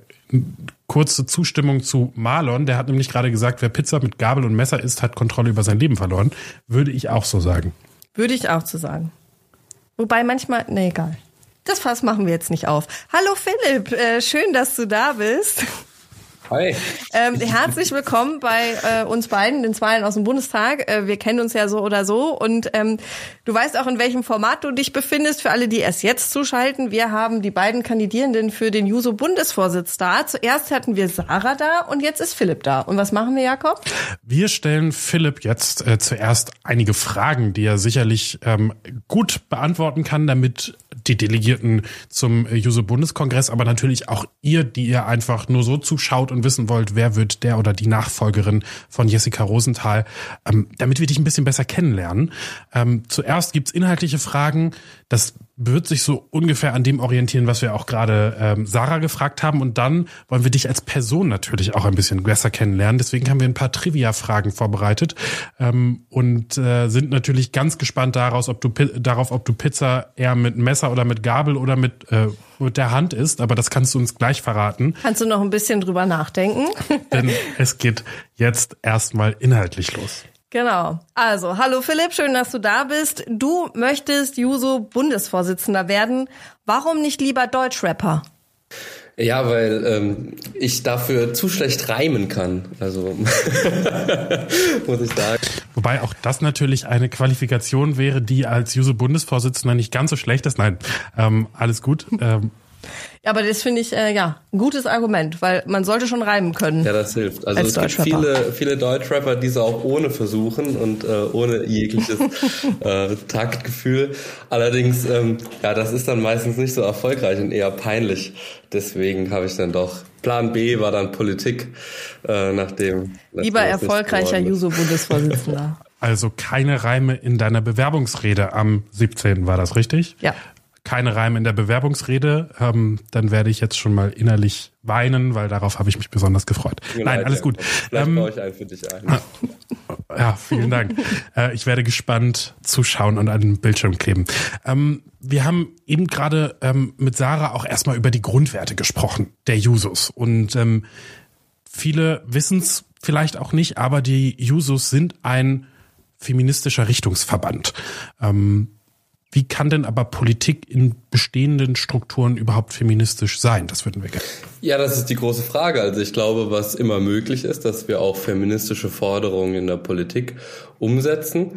S1: kurze Zustimmung zu Marlon. Der hat nämlich gerade gesagt, wer Pizza mit Gabel und Messer isst, hat Kontrolle über sein Leben verloren. Würde ich auch so sagen.
S2: Würde ich auch so sagen. Wobei manchmal, egal. Das Fass machen wir jetzt nicht auf. Hallo Philipp, schön, dass du da bist.
S4: Hi.
S2: Herzlich willkommen bei uns beiden, den Zweien aus dem Bundestag. Wir kennen uns ja so oder so und du weißt auch, in welchem Format du dich befindest. Für alle, die erst jetzt zuschalten, wir haben die beiden Kandidierenden für den Juso-Bundesvorsitz da. Zuerst hatten wir Sarah da und jetzt ist Philipp da. Und was machen wir, Jakob?
S1: Wir stellen Philipp jetzt zuerst einige Fragen, die er sicherlich gut beantworten kann, damit die Delegierten zum Juso-Bundeskongress, aber natürlich auch ihr, die ihr einfach nur so zuschaut und wissen wollt, wer wird der oder die Nachfolgerin von Jessica Rosenthal, damit wir dich ein bisschen besser kennenlernen. Zuerst gibt's inhaltliche Fragen. Das wird sich so ungefähr an dem orientieren, was wir auch gerade Sarah gefragt haben. Und dann wollen wir dich als Person natürlich auch ein bisschen besser kennenlernen. Deswegen haben wir ein paar Trivia-Fragen vorbereitet und sind natürlich ganz gespannt darauf, ob du Pizza eher mit Messer oder mit Gabel oder mit der Hand isst. Aber das kannst du uns gleich verraten.
S2: Kannst du noch ein bisschen drüber nachdenken?
S1: Denn es geht jetzt erstmal inhaltlich los.
S2: Genau. Also, hallo Philipp, schön, dass du da bist. Du möchtest Juso-Bundesvorsitzender werden. Warum nicht lieber Deutschrapper?
S4: Ja, weil ich dafür zu schlecht reimen kann. Also muss ich sagen.
S1: Wobei auch das natürlich eine Qualifikation wäre, die als Juso-Bundesvorsitzender nicht ganz so schlecht ist. Nein, alles gut.
S2: Ja, aber das finde ich, ein gutes Argument, weil man sollte schon reimen können.
S4: Ja, das hilft. Also es gibt viele Deutschrapper, die es auch ohne versuchen und ohne jegliches Taktgefühl. Allerdings, das ist dann meistens nicht so erfolgreich und eher peinlich. Deswegen habe ich dann doch, Plan B war dann Politik, nachdem
S2: lieber erfolgreicher Juso-Bundesvorsitzender.
S1: Also keine Reime in deiner Bewerbungsrede am 17. war das richtig?
S2: Ja.
S1: keine Reime in der Bewerbungsrede. Dann werde ich jetzt schon mal innerlich weinen, weil darauf habe ich mich besonders gefreut. Nein, alles gut.
S4: Vielleicht baue ich einen für dich ein.
S1: Ja, vielen Dank. Ich werde gespannt zuschauen und an den Bildschirm kleben. Wir haben eben gerade mit Sarah auch erstmal über die Grundwerte gesprochen, der Jusos. Und viele wissen es vielleicht auch nicht, aber die Jusos sind ein feministischer Richtungsverband. Wie kann denn aber Politik in bestehenden Strukturen überhaupt feministisch sein? Das würden wir gerne.
S4: Ja, das ist die große Frage. Also ich glaube, was immer möglich ist, dass wir auch feministische Forderungen in der Politik umsetzen.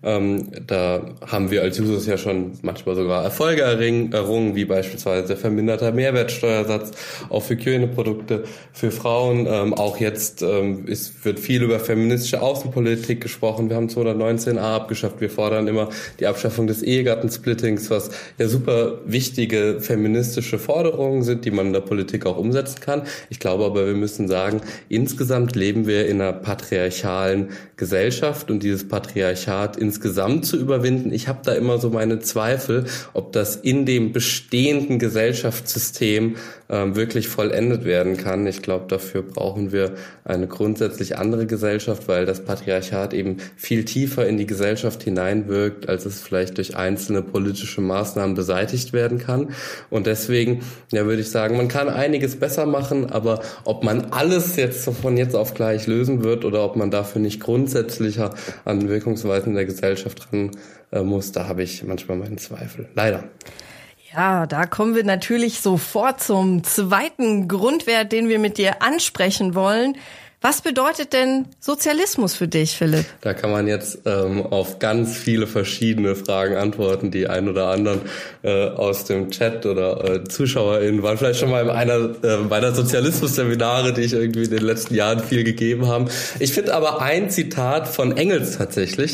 S4: Da haben wir als Jusos ja schon manchmal sogar Erfolge errungen, wie beispielsweise der verminderte Mehrwertsteuersatz auch für Hygieneprodukte für Frauen. Auch jetzt wird viel über feministische Außenpolitik gesprochen. Wir haben 219a abgeschafft. Wir fordern immer die Abschaffung des Ehegattensplittings, was ja super wichtige feministische Forderungen sind, die man in der Politik auch umsetzen kann. Ich glaube aber, wir müssen sagen, insgesamt leben wir in einer patriarchalen Gesellschaft und dieses Patriarchat insgesamt zu überwinden. Ich habe da immer so meine Zweifel, ob das in dem bestehenden Gesellschaftssystem wirklich vollendet werden kann. Ich glaube, dafür brauchen wir eine grundsätzlich andere Gesellschaft, weil das Patriarchat eben viel tiefer in die Gesellschaft hineinwirkt, als es vielleicht durch einzelne politische Maßnahmen beseitigt werden kann. Und deswegen, ja, würde ich sagen, man kann einiges besser machen, aber ob man alles jetzt von jetzt auf gleich lösen wird oder ob man dafür nicht grundsätzlicher an Wirkungsweisen in der Gesellschaft ran muss, da habe ich manchmal meinen Zweifel. Leider.
S2: Ja, da kommen wir natürlich sofort zum zweiten Grundwert, den wir mit dir ansprechen wollen. Was bedeutet denn Sozialismus für dich, Philipp?
S4: Da kann man jetzt auf ganz viele verschiedene Fragen antworten. Die ein oder anderen aus dem Chat oder ZuschauerInnen waren vielleicht schon mal in einer meiner Sozialismus-Seminare, die ich irgendwie in den letzten Jahren viel gegeben habe. Ich finde aber ein Zitat von Engels tatsächlich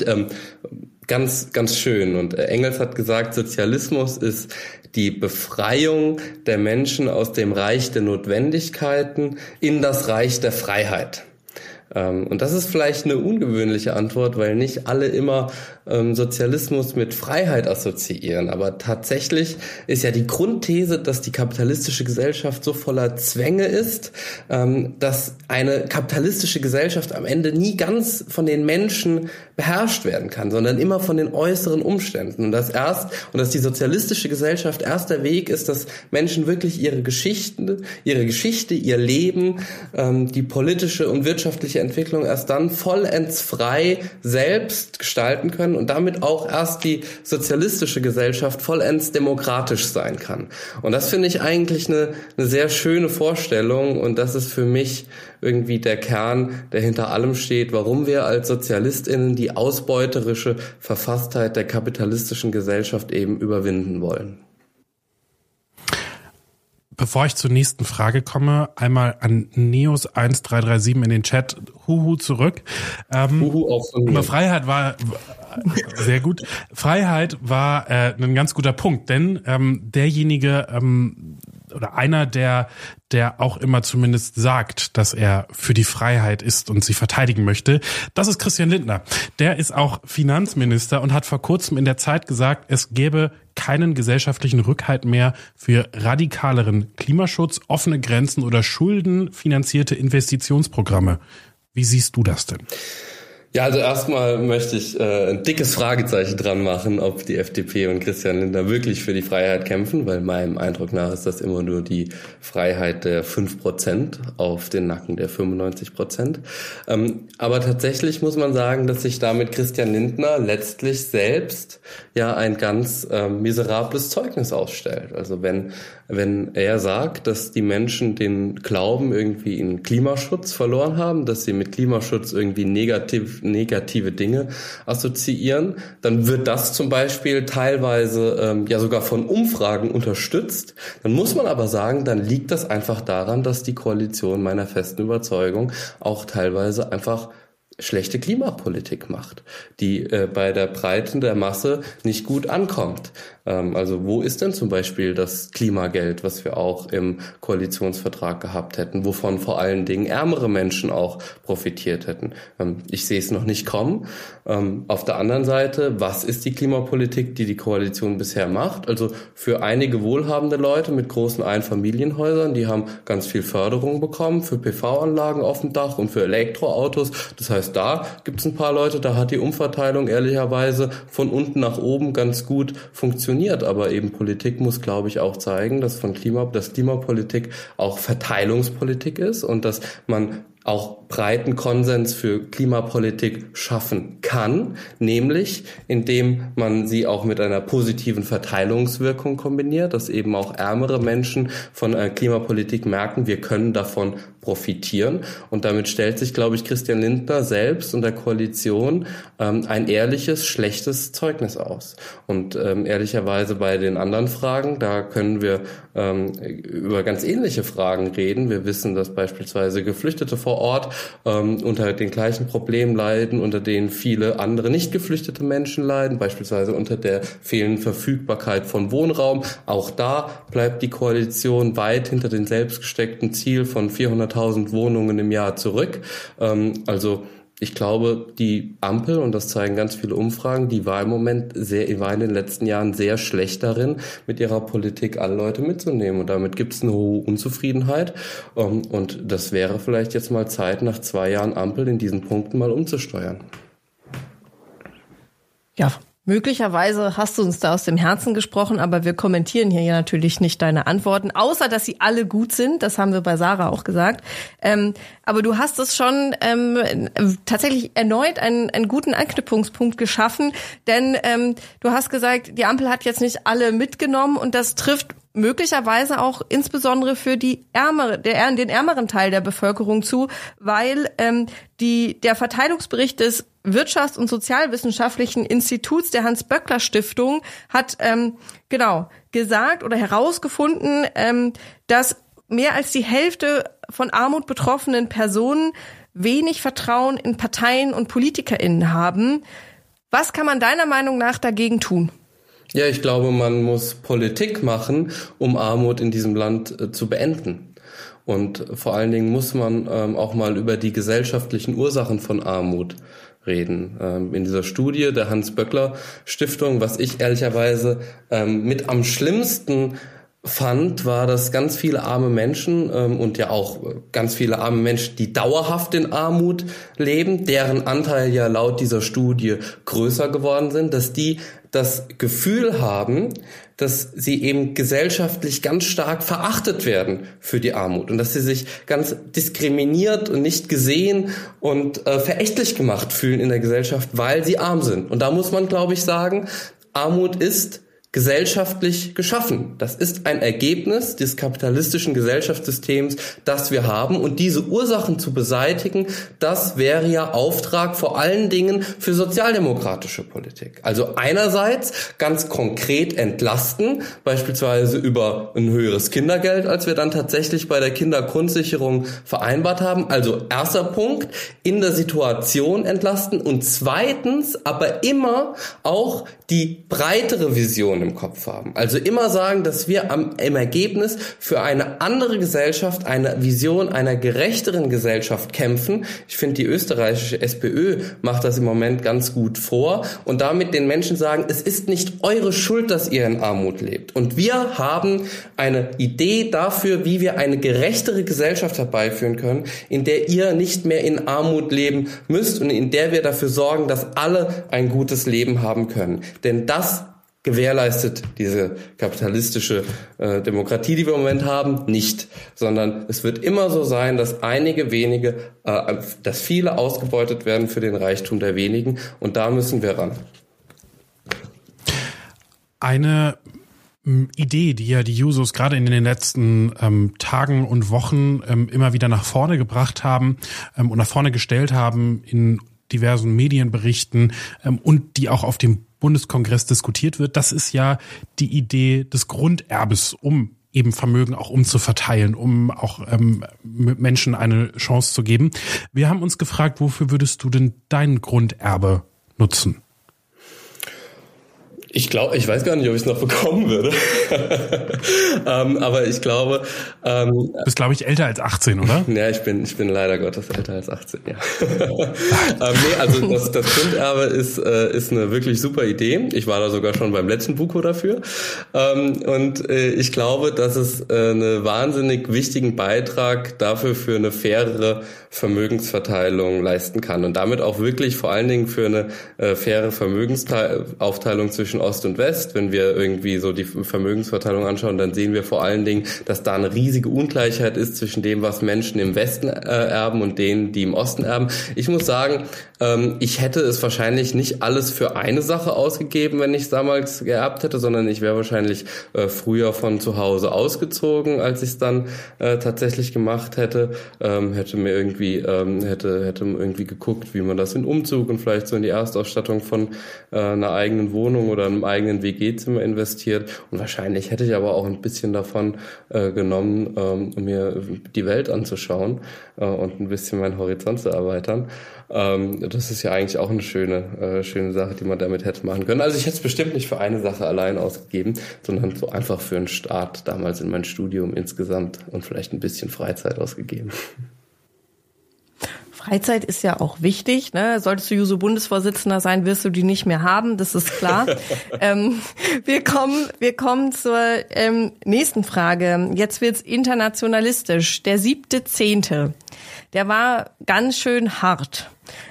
S4: ganz, ganz schön. Und Engels hat gesagt, Sozialismus ist die Befreiung der Menschen aus dem Reich der Notwendigkeiten in das Reich der Freiheit. Und das ist vielleicht eine ungewöhnliche Antwort, weil nicht alle immer Sozialismus mit Freiheit assoziieren. Aber tatsächlich ist ja die Grundthese, dass die kapitalistische Gesellschaft so voller Zwänge ist, dass eine kapitalistische Gesellschaft am Ende nie ganz von den Menschen beherrscht werden kann, sondern immer von den äußeren Umständen. Und dass die sozialistische Gesellschaft erst der Weg ist, dass Menschen wirklich ihre Geschichte, ihr Leben, die politische und wirtschaftliche Entwicklung erst dann vollends frei selbst gestalten können und damit auch erst die sozialistische Gesellschaft vollends demokratisch sein kann. Und das finde ich eigentlich eine sehr schöne Vorstellung und das ist für mich irgendwie der Kern, der hinter allem steht, warum wir als SozialistInnen die ausbeuterische Verfasstheit der kapitalistischen Gesellschaft eben überwinden wollen.
S1: Bevor ich zur nächsten Frage komme, einmal an Neos1337 in den Chat. Huhu zurück.
S4: Huhu auch von mir.
S1: Freiheit war sehr gut. Freiheit war ein ganz guter Punkt, denn derjenige oder einer, der auch immer zumindest sagt, dass er für die Freiheit ist und sie verteidigen möchte, das ist Christian Lindner. Der ist auch Finanzminister und hat vor kurzem in der Zeit gesagt, es gäbe keinen gesellschaftlichen Rückhalt mehr für radikaleren Klimaschutz, offene Grenzen oder schuldenfinanzierte Investitionsprogramme. Wie siehst du das denn?
S4: Ja, also erstmal möchte ich ein dickes Fragezeichen dran machen, ob die FDP und Christian Lindner wirklich für die Freiheit kämpfen, weil meinem Eindruck nach ist das immer nur die Freiheit der 5% auf den Nacken der 95%. Aber tatsächlich muss man sagen, dass sich damit Christian Lindner letztlich selbst ja ein ganz miserables Zeugnis ausstellt. Also wenn er sagt, dass die Menschen den Glauben irgendwie in Klimaschutz verloren haben, dass sie mit Klimaschutz irgendwie negative Dinge assoziieren, dann wird das zum Beispiel teilweise ja sogar von Umfragen unterstützt. Dann muss man aber sagen, dann liegt das einfach daran, dass die Koalition meiner festen Überzeugung auch teilweise einfach schlechte Klimapolitik macht, die bei der Breite der Masse nicht gut ankommt. Also wo ist denn zum Beispiel das Klimageld, was wir auch im Koalitionsvertrag gehabt hätten, wovon vor allen Dingen ärmere Menschen auch profitiert hätten? Ich sehe es noch nicht kommen. Auf der anderen Seite, was ist die Klimapolitik, die die Koalition bisher macht? Also für einige wohlhabende Leute mit großen Einfamilienhäusern, die haben ganz viel Förderung bekommen für PV-Anlagen auf dem Dach und für Elektroautos. Das heißt, da gibt es ein paar Leute, da hat die Umverteilung ehrlicherweise von unten nach oben ganz gut funktioniert. Aber eben Politik muss, glaube ich, auch zeigen, dass Klimapolitik auch Verteilungspolitik ist und dass man auch breiten Konsens für Klimapolitik schaffen kann, nämlich indem man sie auch mit einer positiven Verteilungswirkung kombiniert, dass eben auch ärmere Menschen von Klimapolitik merken, wir können davon profitieren. Und damit stellt sich, glaube ich, Christian Lindner selbst und der Koalition ein ehrliches, schlechtes Zeugnis aus. Und ehrlicherweise bei den anderen Fragen, da können wir über ganz ähnliche Fragen reden. Wir wissen, dass beispielsweise Geflüchtete vor Ort unter den gleichen Problemen leiden, unter denen viele andere nicht geflüchtete Menschen leiden, beispielsweise unter der fehlenden Verfügbarkeit von Wohnraum. Auch da bleibt die Koalition weit hinter dem selbstgesteckten Ziel von 400.000 Wohnungen im Jahr zurück. Also ich glaube, die Ampel, und das zeigen ganz viele Umfragen, die war in den letzten Jahren sehr schlecht darin, mit ihrer Politik alle Leute mitzunehmen. Und damit gibt es eine hohe Unzufriedenheit. Und das wäre vielleicht jetzt mal Zeit, nach 2 Jahren Ampel in diesen Punkten mal umzusteuern.
S2: Ja, möglicherweise hast du uns da aus dem Herzen gesprochen, aber wir kommentieren hier ja natürlich nicht deine Antworten, außer dass sie alle gut sind. Das haben wir bei Sarah auch gesagt. Aber du hast es schon tatsächlich erneut einen guten Anknüpfungspunkt geschaffen, denn du hast gesagt, die Ampel hat jetzt nicht alle mitgenommen und das trifft möglicherweise auch insbesondere für den ärmeren Teil der Bevölkerung zu, weil der Verteilungsbericht des Wirtschafts- und Sozialwissenschaftlichen Instituts der Hans-Böckler-Stiftung hat gesagt oder herausgefunden, dass mehr als die Hälfte von Armut betroffenen Personen wenig Vertrauen in Parteien und PolitikerInnen haben. Was kann man deiner Meinung nach dagegen tun?
S4: Ja, ich glaube, man muss Politik machen, um Armut in diesem Land zu beenden. Und vor allen Dingen muss man auch mal über die gesellschaftlichen Ursachen von Armut reden. In dieser Studie der Hans-Böckler-Stiftung, was ich ehrlicherweise mit am schlimmsten fand, war, dass ganz viele arme Menschen und ja auch ganz viele arme Menschen, die dauerhaft in Armut leben, deren Anteil ja laut dieser Studie größer geworden sind, dass die das Gefühl haben, dass sie eben gesellschaftlich ganz stark verachtet werden für die Armut und dass sie sich ganz diskriminiert und nicht gesehen und verächtlich gemacht fühlen in der Gesellschaft, weil sie arm sind. Und da muss man, glaube ich, sagen, Armut ist gesellschaftlich geschaffen. Das ist ein Ergebnis des kapitalistischen Gesellschaftssystems, das wir haben. Und diese Ursachen zu beseitigen, das wäre ja Auftrag vor allen Dingen für sozialdemokratische Politik. Also einerseits ganz konkret entlasten, beispielsweise über ein höheres Kindergeld, als wir dann tatsächlich bei der Kindergrundsicherung vereinbart haben. Also erster Punkt, in der Situation entlasten und zweitens aber immer auch die breitere Vision im Kopf haben. Also immer sagen, dass wir im Ergebnis für eine andere Gesellschaft, eine Vision einer gerechteren Gesellschaft kämpfen. Ich finde, die österreichische SPÖ macht das im Moment ganz gut vor und damit den Menschen sagen, es ist nicht eure Schuld, dass ihr in Armut lebt. Und wir haben eine Idee dafür, wie wir eine gerechtere Gesellschaft herbeiführen können, in der ihr nicht mehr in Armut leben müsst und in der wir dafür sorgen, dass alle ein gutes Leben haben können. Denn das gewährleistet diese kapitalistische Demokratie, die wir im Moment haben, nicht. Sondern es wird immer so sein, dass dass viele ausgebeutet werden für den Reichtum der wenigen. Und da müssen wir ran.
S1: Eine Idee, die ja die Jusos gerade in den letzten Tagen und Wochen immer wieder nach vorne gebracht haben und nach vorne gestellt haben in diversen Medienberichten und die auch auf dem Bundeskongress diskutiert wird, das ist ja die Idee des Grunderbes, um eben Vermögen auch umzuverteilen, um auch Menschen eine Chance zu geben. Wir haben uns gefragt, wofür würdest du denn dein Grunderbe nutzen?
S4: Ich glaube, ich weiß gar nicht, ob ich es noch bekommen würde. Aber ich glaube...
S1: Du bist, glaube ich, älter als 18, oder?
S4: Ja, ich bin leider Gottes älter als 18, ja. Also das Grunderbe ist eine wirklich super Idee. Ich war da sogar schon beim letzten Buko dafür. Und ich glaube, dass es einen wahnsinnig wichtigen Beitrag dafür für eine fairere Vermögensverteilung leisten kann. Und damit auch wirklich vor allen Dingen für eine faire Vermögensaufteilung zwischen Ost und West. Wenn wir irgendwie so die Vermögensverteilung anschauen, dann sehen wir vor allen Dingen, dass da eine riesige Ungleichheit ist zwischen dem, was Menschen im Westen erben und denen, die im Osten erben. Ich muss sagen, ich hätte es wahrscheinlich nicht alles für eine Sache ausgegeben, wenn ich es damals geerbt hätte, sondern ich wäre wahrscheinlich früher von zu Hause ausgezogen, als ich es dann tatsächlich gemacht hätte. Hätte irgendwie geguckt, wie man das in Umzug und vielleicht so in die Erstausstattung von einer eigenen Wohnung oder einem eigenen WG-Zimmer investiert. Und wahrscheinlich hätte ich aber auch ein bisschen davon genommen, um mir die Welt anzuschauen und ein bisschen meinen Horizont zu erweitern. Das ist ja eigentlich auch eine schöne Sache, die man damit hätte machen können. Also ich hätte es bestimmt nicht für eine Sache allein ausgegeben, sondern so einfach für einen Start damals in mein Studium insgesamt und vielleicht ein bisschen Freizeit ausgegeben.
S2: Freizeit ist ja auch wichtig, ne? Solltest du Juso-Bundesvorsitzender sein, wirst du die nicht mehr haben, das ist klar. Wir kommen zur nächsten Frage. Jetzt wird's internationalistisch. Der 7.10., der war ganz schön hart.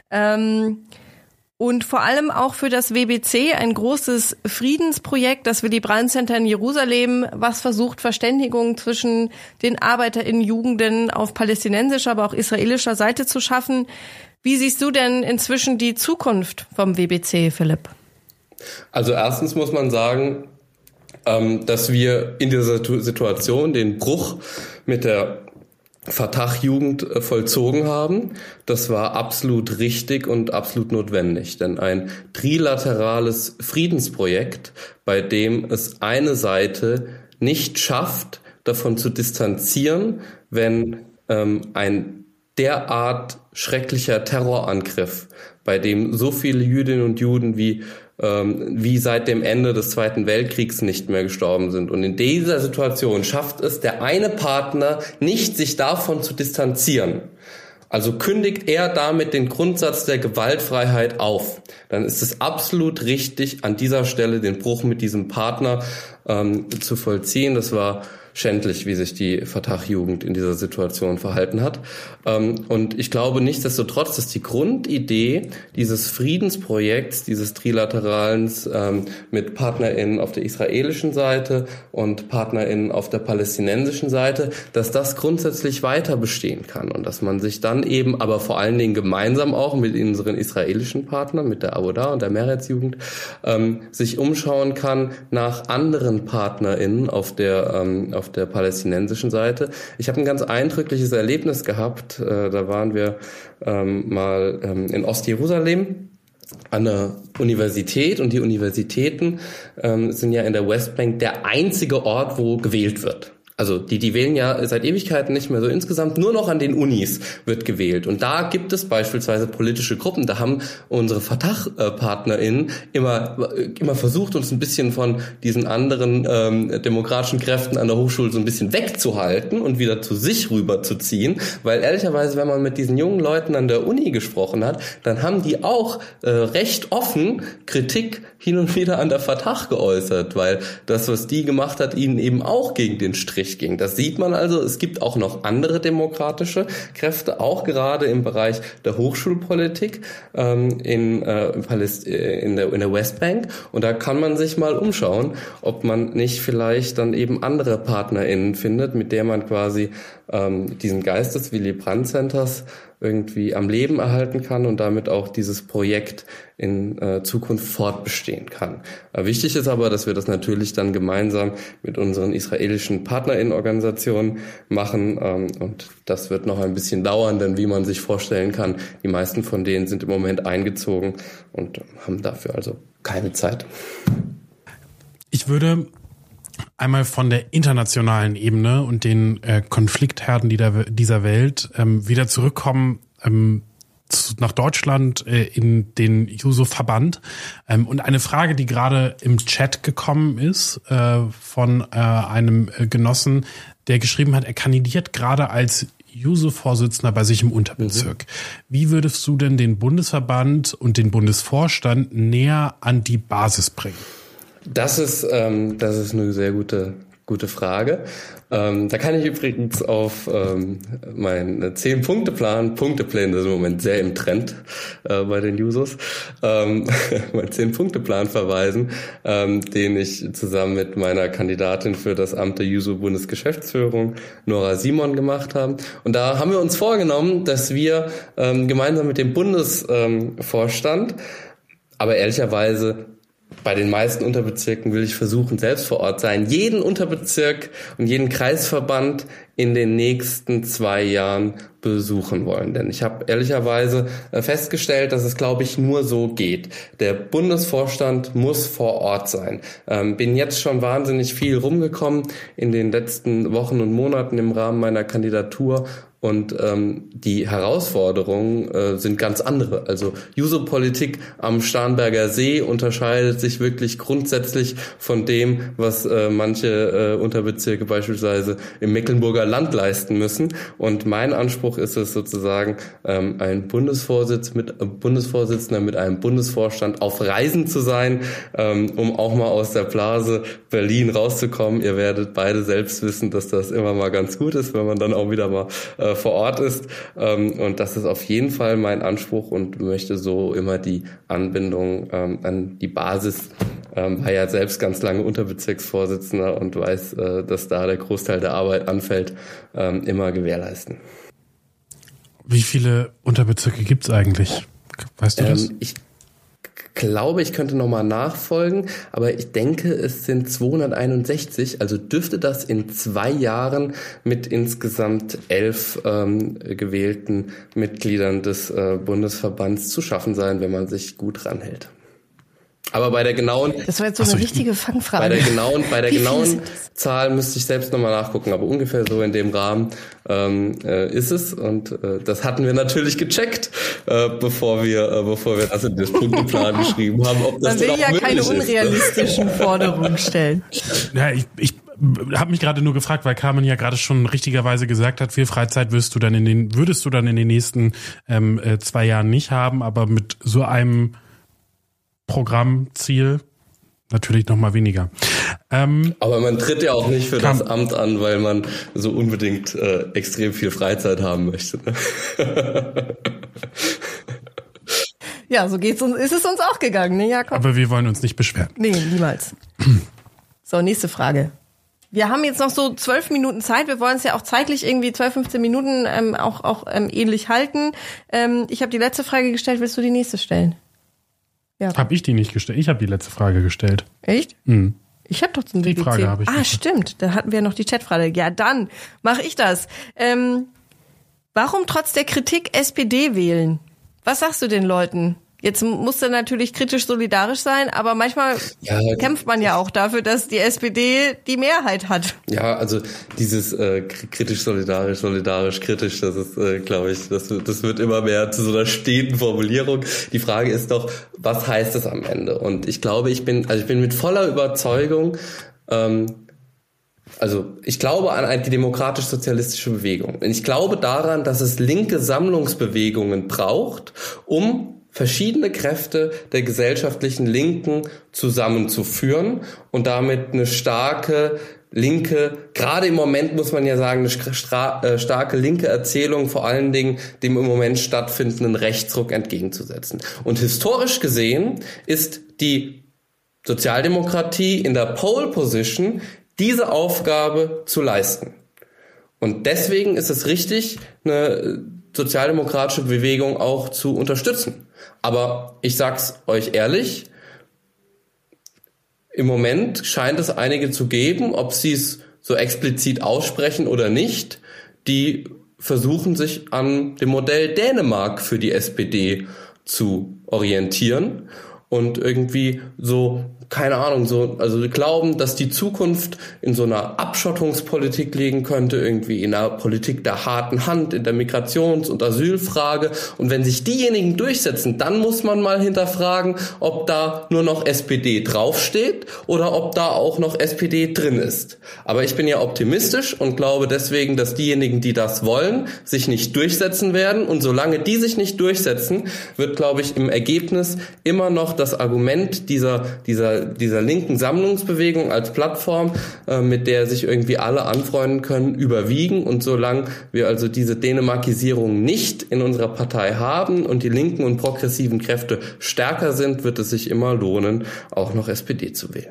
S2: Und vor allem auch für das WBC ein großes Friedensprojekt, das Willy Brandt Center in Jerusalem, was versucht, Verständigung zwischen den ArbeiterInnen-Jugenden auf palästinensischer, aber auch israelischer Seite zu schaffen. Wie siehst du denn inzwischen die Zukunft vom WBC, Philipp?
S4: Also erstens muss man sagen, dass wir in dieser Situation den Bruch mit der Fatah-Jugend vollzogen haben. Das war absolut richtig und absolut notwendig, denn ein trilaterales Friedensprojekt, bei dem es eine Seite nicht schafft, davon zu distanzieren, wenn ein derart schrecklicher Terrorangriff, bei dem so viele Jüdinnen und Juden wie seit dem Ende des Zweiten Weltkriegs nicht mehr gestorben sind. Und in dieser Situation schafft es der eine Partner nicht, sich davon zu distanzieren. Also kündigt er damit den Grundsatz der Gewaltfreiheit auf. Dann ist es absolut richtig, an dieser Stelle den Bruch mit diesem Partner zu vollziehen. Das war schändlich, wie sich die Fatah-Jugend in dieser Situation verhalten hat. Und ich glaube nichtsdestotrotz, dass die Grundidee dieses Friedensprojekts, dieses Trilateralen mit PartnerInnen auf der israelischen Seite und PartnerInnen auf der palästinensischen Seite, dass das grundsätzlich weiter bestehen kann und dass man sich dann eben, aber vor allen Dingen gemeinsam auch mit unseren israelischen Partnern, mit der Avoda und der Meretz-Jugend, sich umschauen kann nach anderen PartnerInnen auf der palästinensischen Seite. Ich habe ein ganz eindrückliches Erlebnis gehabt. Da waren wir mal in Ostjerusalem an der Universität und die Universitäten sind ja in der Westbank der einzige Ort, wo gewählt wird. Also die wählen ja seit Ewigkeiten nicht mehr so. Insgesamt nur noch an den Unis wird gewählt. Und da gibt es beispielsweise politische Gruppen. Da haben unsere Fatah-PartnerInnen immer versucht, uns ein bisschen von diesen anderen demokratischen Kräften an der Hochschule so ein bisschen wegzuhalten und wieder zu sich rüberzuziehen. Weil ehrlicherweise, wenn man mit diesen jungen Leuten an der Uni gesprochen hat, dann haben die auch recht offen Kritik hin und wieder an der Fatah geäußert. Weil das, was die gemacht hat, ihnen eben auch gegen den Strich ging. Das sieht man also, es gibt auch noch andere demokratische Kräfte, auch gerade im Bereich der Hochschulpolitik in der Westbank. Und da kann man sich mal umschauen, ob man nicht vielleicht dann eben andere PartnerInnen findet, mit der man quasi diesen Geist des Willy Brandt Centers irgendwie am Leben erhalten kann und damit auch dieses Projekt in Zukunft fortbestehen kann. Wichtig ist aber, dass wir das natürlich dann gemeinsam mit unseren israelischen PartnerInnen-Organisationen machen und das wird noch ein bisschen dauern, denn wie man sich vorstellen kann, die meisten von denen sind im Moment eingezogen und haben dafür also keine Zeit.
S1: Ich würde einmal von der internationalen Ebene und den Konfliktherden dieser Welt wieder zurückkommen nach Deutschland in den Juso-Verband. Und eine Frage, die gerade im Chat gekommen ist von einem Genossen, der geschrieben hat, er kandidiert gerade als Juso-Vorsitzender bei sich im Unterbezirk. Wie würdest du denn den Bundesverband und den Bundesvorstand näher an die Basis bringen?
S4: Das ist eine sehr gute Frage. Da kann ich übrigens auf meinen 10-Punkte-Plan, Punktepläne sind im Moment sehr im Trend bei den Jusos, meinen 10-Punkte-Plan verweisen, den ich zusammen mit meiner Kandidatin für das Amt der Juso-Bundesgeschäftsführung, Nora Simon, gemacht haben. Und da haben wir uns vorgenommen, dass wir gemeinsam mit dem Bundesvorstand, aber ehrlicherweise bei den meisten Unterbezirken will ich versuchen, selbst vor Ort sein, jeden Unterbezirk und jeden Kreisverband in den nächsten 2 Jahren besuchen wollen. Denn ich habe ehrlicherweise festgestellt, dass es, glaube ich, nur so geht. Der Bundesvorstand muss vor Ort sein. Bin jetzt schon wahnsinnig viel rumgekommen in den letzten Wochen und Monaten im Rahmen meiner Kandidatur. Und die Herausforderungen sind ganz andere. Also Juso-Politik am Starnberger See unterscheidet sich wirklich grundsätzlich von dem, was manche Unterbezirke beispielsweise im Mecklenburger Land leisten müssen. Und mein Anspruch ist es sozusagen, ein Bundesvorsitzender mit einem Bundesvorstand auf Reisen zu sein, um auch mal aus der Blase Berlin rauszukommen. Ihr werdet beide selbst wissen, dass das immer mal ganz gut ist, wenn man dann auch wieder mal vor Ort ist. Und das ist auf jeden Fall mein Anspruch und möchte so immer die Anbindung an die Basis, war ja selbst ganz lange Unterbezirksvorsitzender und weiß, dass da der Großteil der Arbeit anfällt, immer gewährleisten.
S1: Wie viele Unterbezirke gibt's eigentlich? Weißt du das?
S4: Ich glaube, ich könnte nochmal nachfolgen, aber ich denke, es sind 261, also dürfte das in 2 Jahren mit insgesamt 11 gewählten Mitgliedern des Bundesverbands zu schaffen sein, wenn man sich gut ranhält. Aber bei der genauen,
S2: das war jetzt so eine richtige Fangfrage.
S4: Bei der genauen Zahl müsste ich selbst nochmal nachgucken, aber ungefähr so in dem Rahmen ist es. Und das hatten wir natürlich gecheckt, bevor wir das in den Punkteplan geschrieben haben. Ob das
S2: Man will ja keine unrealistischen Forderungen stellen.
S1: Ja, ich habe mich gerade nur gefragt, weil Carmen ja gerade schon richtigerweise gesagt hat, viel Freizeit würdest du dann in den nächsten 2 Jahren nicht haben, aber mit so einem Programmziel natürlich noch mal weniger.
S4: Aber man tritt ja auch nicht für das Amt an, weil man so unbedingt extrem viel Freizeit haben möchte. Ne?
S2: Ja, so ist es uns auch gegangen, ne, Jakob?
S1: Aber wir wollen uns nicht beschweren.
S2: Nee, niemals. So, nächste Frage. Wir haben jetzt noch so 12 Minuten Zeit. Wir wollen es ja auch zeitlich irgendwie 12, 15 Minuten auch ähnlich halten. Ich habe die letzte Frage gestellt. Willst du die nächste stellen? Ja.
S1: Habe ich die nicht gestellt? Ich habe die letzte Frage gestellt.
S2: Echt?
S1: Mhm.
S2: Ich habe doch zum
S1: Die Frage habe ich.
S2: Stimmt. Da hatten wir noch die Chatfrage. Ja, dann mache ich das. Warum trotz der Kritik SPD wählen? Was sagst du den Leuten? Jetzt musst du natürlich kritisch solidarisch sein, aber manchmal kämpft man ja auch dafür, dass die SPD die Mehrheit hat.
S4: Ja, also dieses kritisch solidarisch kritisch, das ist, glaube ich, das wird immer mehr zu so einer steten Formulierung. Die Frage ist doch, was heißt das am Ende? Und ich glaube, ich bin mit voller Überzeugung, ich glaube an die demokratisch-sozialistische Bewegung. Und ich glaube daran, dass es linke Sammlungsbewegungen braucht, um verschiedene Kräfte der gesellschaftlichen Linken zusammenzuführen und damit eine starke linke, gerade im Moment muss man ja sagen, eine starke linke Erzählung vor allen Dingen dem im Moment stattfindenden Rechtsruck entgegenzusetzen. Und historisch gesehen ist die Sozialdemokratie in der Pole Position, diese Aufgabe zu leisten. Und deswegen ist es richtig, eine sozialdemokratische Bewegung auch zu unterstützen. Aber ich sag's euch ehrlich, im Moment scheint es einige zu geben, ob sie es so explizit aussprechen oder nicht, die versuchen sich an dem Modell Dänemark für die SPD zu orientieren. und irgendwie so, keine Ahnung, so, also glauben, dass die Zukunft in so einer Abschottungspolitik liegen könnte, irgendwie in einer Politik der harten Hand, in der Migrations- und Asylfrage. Und wenn sich diejenigen durchsetzen, dann muss man mal hinterfragen, ob da nur noch SPD draufsteht oder ob da auch noch SPD drin ist. Aber ich bin ja optimistisch und glaube deswegen, dass diejenigen, die das wollen, sich nicht durchsetzen werden. Und solange die sich nicht durchsetzen, wird, glaube ich, im Ergebnis immer noch das Argument dieser linken Sammlungsbewegung als Plattform, mit der sich irgendwie alle anfreunden können, überwiegen. Und solange wir also diese Dänemarkisierung nicht in unserer Partei haben und die linken und progressiven Kräfte stärker sind, wird es sich immer lohnen, auch noch SPD zu wählen.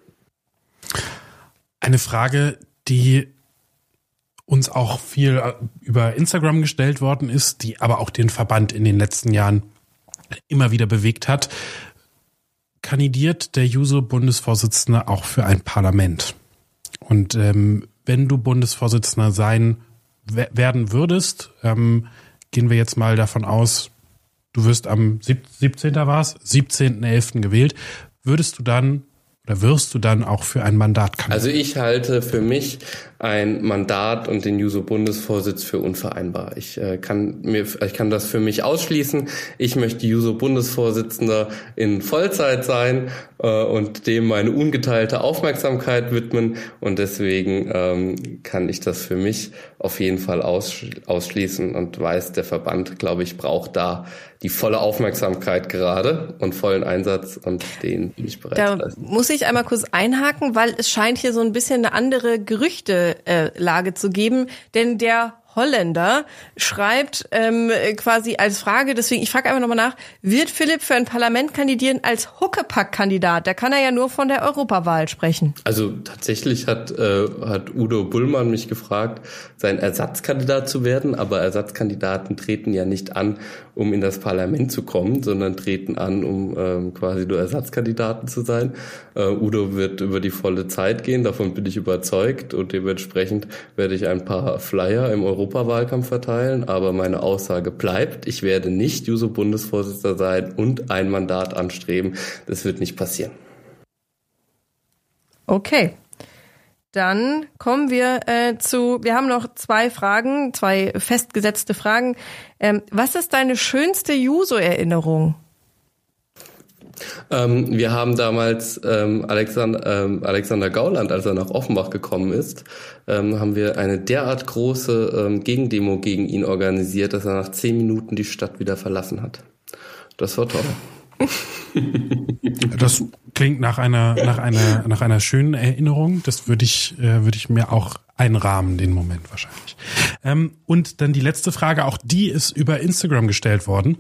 S1: Eine Frage, die uns auch viel über Instagram gestellt worden ist, die aber auch den Verband in den letzten Jahren immer wieder bewegt hat. Kandidiert der Juso-Bundesvorsitzende auch für ein Parlament? Und wenn du Bundesvorsitzender werden würdest, gehen wir jetzt mal davon aus, du wirst am 17.11. gewählt, wirst du dann auch für ein Mandat kandidieren? Also
S4: ich halte für mich ein Mandat und den Juso-Bundesvorsitz für unvereinbar. Ich kann das für mich ausschließen. Ich möchte Juso-Bundesvorsitzender in Vollzeit sein und dem meine ungeteilte Aufmerksamkeit widmen. Und deswegen kann ich das für mich auf jeden Fall ausschließen und weiß, der Verband, glaube ich, braucht da die volle Aufmerksamkeit gerade und vollen Einsatz, und den bin ich bereit zu leisten.
S2: Da muss ich einmal kurz einhaken, weil es scheint hier so ein bisschen eine andere Gerüchtelage zu geben, denn der Holländer schreibt quasi als Frage, deswegen, ich frage einfach nochmal nach, wird Philipp für ein Parlament kandidieren als Huckepack-Kandidat? Da kann er ja nur von der Europawahl sprechen.
S4: Also tatsächlich hat Udo Bullmann mich gefragt, sein Ersatzkandidat zu werden, aber Ersatzkandidaten treten ja nicht an, um in das Parlament zu kommen, sondern treten an, um quasi nur Ersatzkandidaten zu sein. Udo wird über die volle Zeit gehen, davon bin ich überzeugt, und dementsprechend werde ich ein paar Flyer im Europawahlkampf verteilen, aber meine Aussage bleibt, ich werde nicht Juso-Bundesvorsitzender sein und ein Mandat anstreben. Das wird nicht passieren.
S2: Okay. Dann kommen wir wir haben noch zwei festgesetzte Fragen. Was ist deine schönste Juso-Erinnerung?
S4: Wir haben damals Alexander Gauland, als er nach Offenbach gekommen ist, haben wir eine derart große Gegendemo gegen ihn organisiert, dass er nach 10 Minuten die Stadt wieder verlassen hat. Das war toll.
S1: Das klingt nach einer schönen Erinnerung. Das würde ich mir auch einrahmen, den Moment wahrscheinlich. Und dann die letzte Frage, auch die ist über Instagram gestellt worden.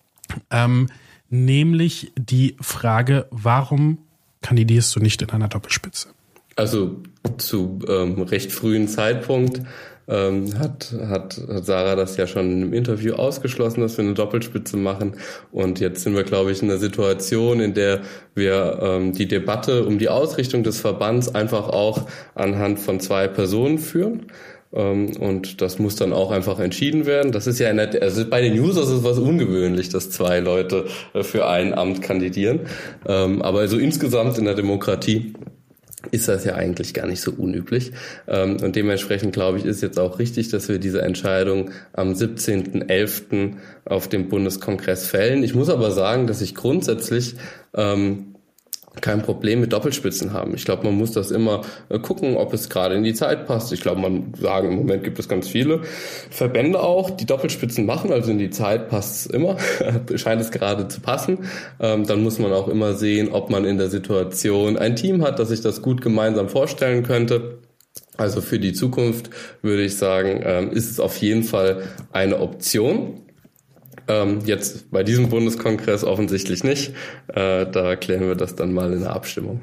S1: Nämlich die Frage, warum kandidierst du nicht in einer Doppelspitze?
S4: Also zu recht frühen Zeitpunkt hat Sarah das ja schon im Interview ausgeschlossen, dass wir eine Doppelspitze machen. Und jetzt sind wir, glaube ich, in einer Situation, in der wir die Debatte um die Ausrichtung des Verbands einfach auch anhand von 2 Personen führen. Und das muss dann auch einfach entschieden werden. Das ist ja also bei den Users ist es was ungewöhnlich, dass 2 Leute für ein Amt kandidieren. Aber also insgesamt in der Demokratie ist das ja eigentlich gar nicht so unüblich. Und dementsprechend, glaube ich, ist jetzt auch richtig, dass wir diese Entscheidung am 17.11. auf dem Bundeskongress fällen. Ich muss aber sagen, dass ich grundsätzlich kein Problem mit Doppelspitzen haben. Ich glaube, man muss das immer gucken, ob es gerade in die Zeit passt. Ich glaube, im Moment gibt es ganz viele Verbände auch, die Doppelspitzen machen, also in die Zeit passt es immer, scheint es gerade zu passen. Dann muss man auch immer sehen, ob man in der Situation ein Team hat, das sich das gut gemeinsam vorstellen könnte. Also für die Zukunft würde ich sagen, ist es auf jeden Fall eine Option. Jetzt bei diesem Bundeskongress offensichtlich nicht. Da klären wir das dann mal in der Abstimmung.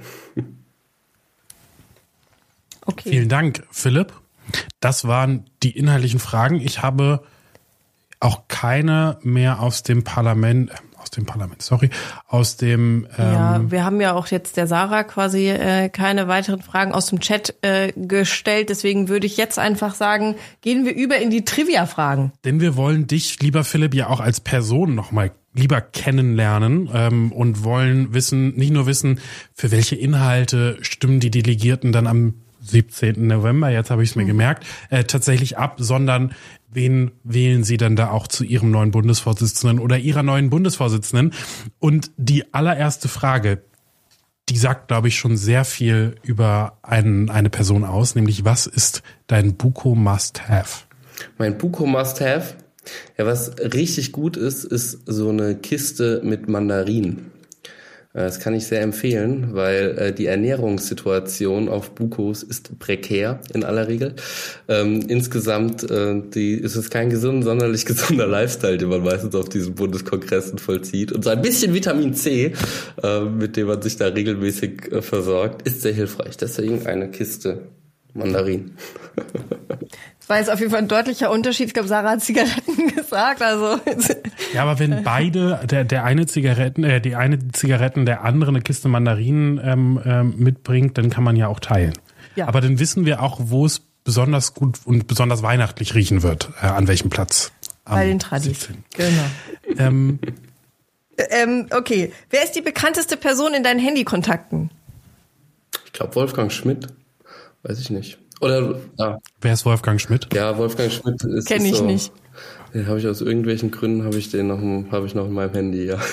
S1: Okay. Vielen Dank, Philipp. Das waren die inhaltlichen Fragen. Ich habe auch keine mehr aus dem Parlament,
S2: wir haben ja auch jetzt der Sarah quasi keine weiteren Fragen aus dem Chat gestellt. Deswegen würde ich jetzt einfach sagen, gehen wir über in die Trivia-Fragen.
S1: Denn wir wollen dich, lieber Philipp, ja auch als Person nochmal lieber kennenlernen und wollen nicht nur wissen, für welche Inhalte stimmen die Delegierten dann am 17. November, jetzt habe ich es mir gemerkt, tatsächlich ab, sondern wen wählen sie dann da auch zu ihrem neuen Bundesvorsitzenden oder ihrer neuen Bundesvorsitzenden? Und die allererste Frage, die sagt, glaube ich, schon sehr viel über eine Person aus, nämlich was ist dein Buko Must-Have?
S4: Mein Buko Must-Have? Ja, was richtig gut ist so eine Kiste mit Mandarinen. Das kann ich sehr empfehlen, weil die Ernährungssituation auf Bukos ist prekär in aller Regel. Insgesamt ist es kein sonderlich gesunder Lifestyle, den man meistens auf diesen Bundeskongressen vollzieht. Und so ein bisschen Vitamin C, mit dem man sich da regelmäßig versorgt, ist sehr hilfreich. Deswegen eine Kiste Mandarinen.
S2: Das war jetzt auf jeden Fall ein deutlicher Unterschied. Ich glaube, Sarah hat Zigaretten gesagt. Also
S1: ja, aber wenn beide, die eine Zigaretten, der andere eine Kiste Mandarinen mitbringt, dann kann man ja auch teilen. Ja. Aber dann wissen wir auch, wo es besonders gut und besonders weihnachtlich riechen wird, an welchem Platz.
S2: Bei den Tradis. Genau. Okay. Wer ist die bekannteste Person in deinen Handykontakten?
S4: Ich glaube Wolfgang Schmidt. Weiß ich nicht. Oder
S1: wer ist Wolfgang Schmidt?
S4: Ja, Wolfgang Schmidt ist.
S2: Kenn ich
S4: so,
S2: nicht.
S4: Den habe ich aus irgendwelchen Gründen habe ich noch in meinem Handy, ja.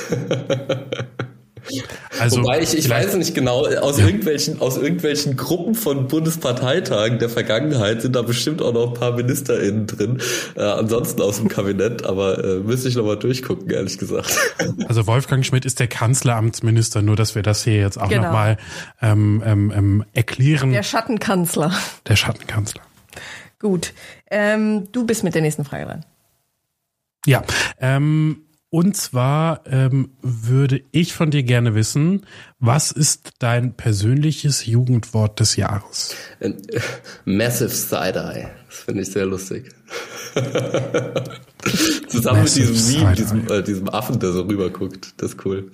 S4: Also, wobei ich weiß nicht genau, aus irgendwelchen Gruppen von Bundesparteitagen der Vergangenheit sind da bestimmt auch noch ein paar MinisterInnen drin. Ansonsten aus dem Kabinett, aber müsste ich nochmal durchgucken, ehrlich gesagt.
S1: Also Wolfgang Schmidt ist der Kanzleramtsminister, nur dass wir das hier jetzt auch nochmal erklären.
S2: Der Schattenkanzler.
S1: Der Schattenkanzler.
S2: Gut. Du bist mit der nächsten Frage dran.
S1: Ja, und zwar würde ich von dir gerne wissen, was ist dein persönliches Jugendwort des Jahres?
S4: Massive Side-Eye. Das finde ich sehr lustig. Zusammen Massive mit diesem Affen, der so rüber guckt. Das ist cool.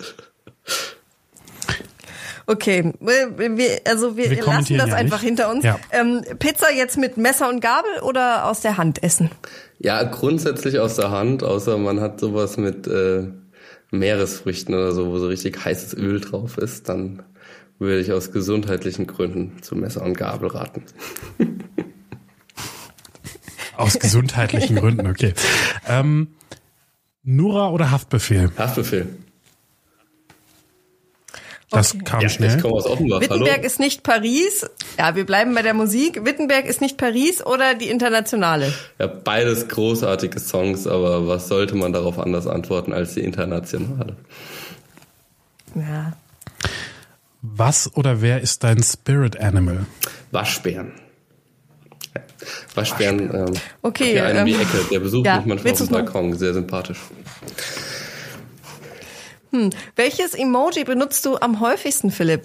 S2: Okay, wir lassen das einfach hinter uns. Ja. Pizza jetzt mit Messer und Gabel oder aus der Hand essen?
S4: Ja, grundsätzlich aus der Hand, außer man hat sowas mit Meeresfrüchten oder so, wo so richtig heißes Öl drauf ist, dann würde ich aus gesundheitlichen Gründen zu Messer und Gabel raten.
S1: Aus gesundheitlichen Gründen, okay. Nura oder Haftbefehl?
S4: Haftbefehl.
S1: Das kam schnell.
S4: Ich komme aus Offenbach.
S2: Wittenberg ist nicht Paris. Ja, wir bleiben bei der Musik. Wittenberg ist nicht Paris oder die Internationale?
S4: Ja, beides großartige Songs, aber was sollte man darauf anders antworten als die Internationale?
S2: Ja.
S1: Was oder wer ist dein Spirit Animal?
S4: Waschbären. Waschbären.
S2: Okay.
S4: Hier einen um die Ecke. Der besucht mich manchmal auf dem Balkon. Sehr sympathisch.
S2: Welches Emoji benutzt du am häufigsten, Philipp?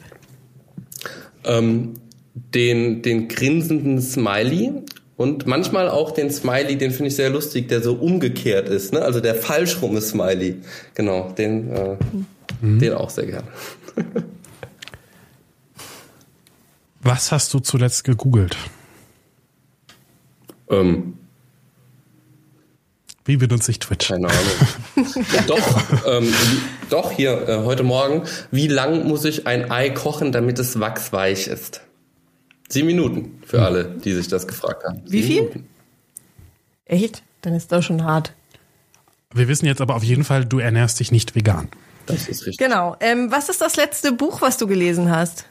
S4: Den grinsenden Smiley und manchmal auch den Smiley, den finde ich sehr lustig, der so umgekehrt ist, ne? Also der falschrumme Smiley. Genau, den auch sehr gerne.
S1: Was hast du zuletzt gegoogelt? Wie benutze ich Twitch?
S4: Keine Ahnung. Doch, hier, heute Morgen. Wie lang muss ich ein Ei kochen, damit es wachsweich ist? 7 Minuten für alle, die sich das gefragt haben.
S2: Wie viel? Minuten. Echt? Dann ist das schon hart.
S1: Wir wissen jetzt aber auf jeden Fall, du ernährst dich nicht vegan.
S4: Das ist richtig.
S2: Genau. Was ist das letzte Buch, was du gelesen hast?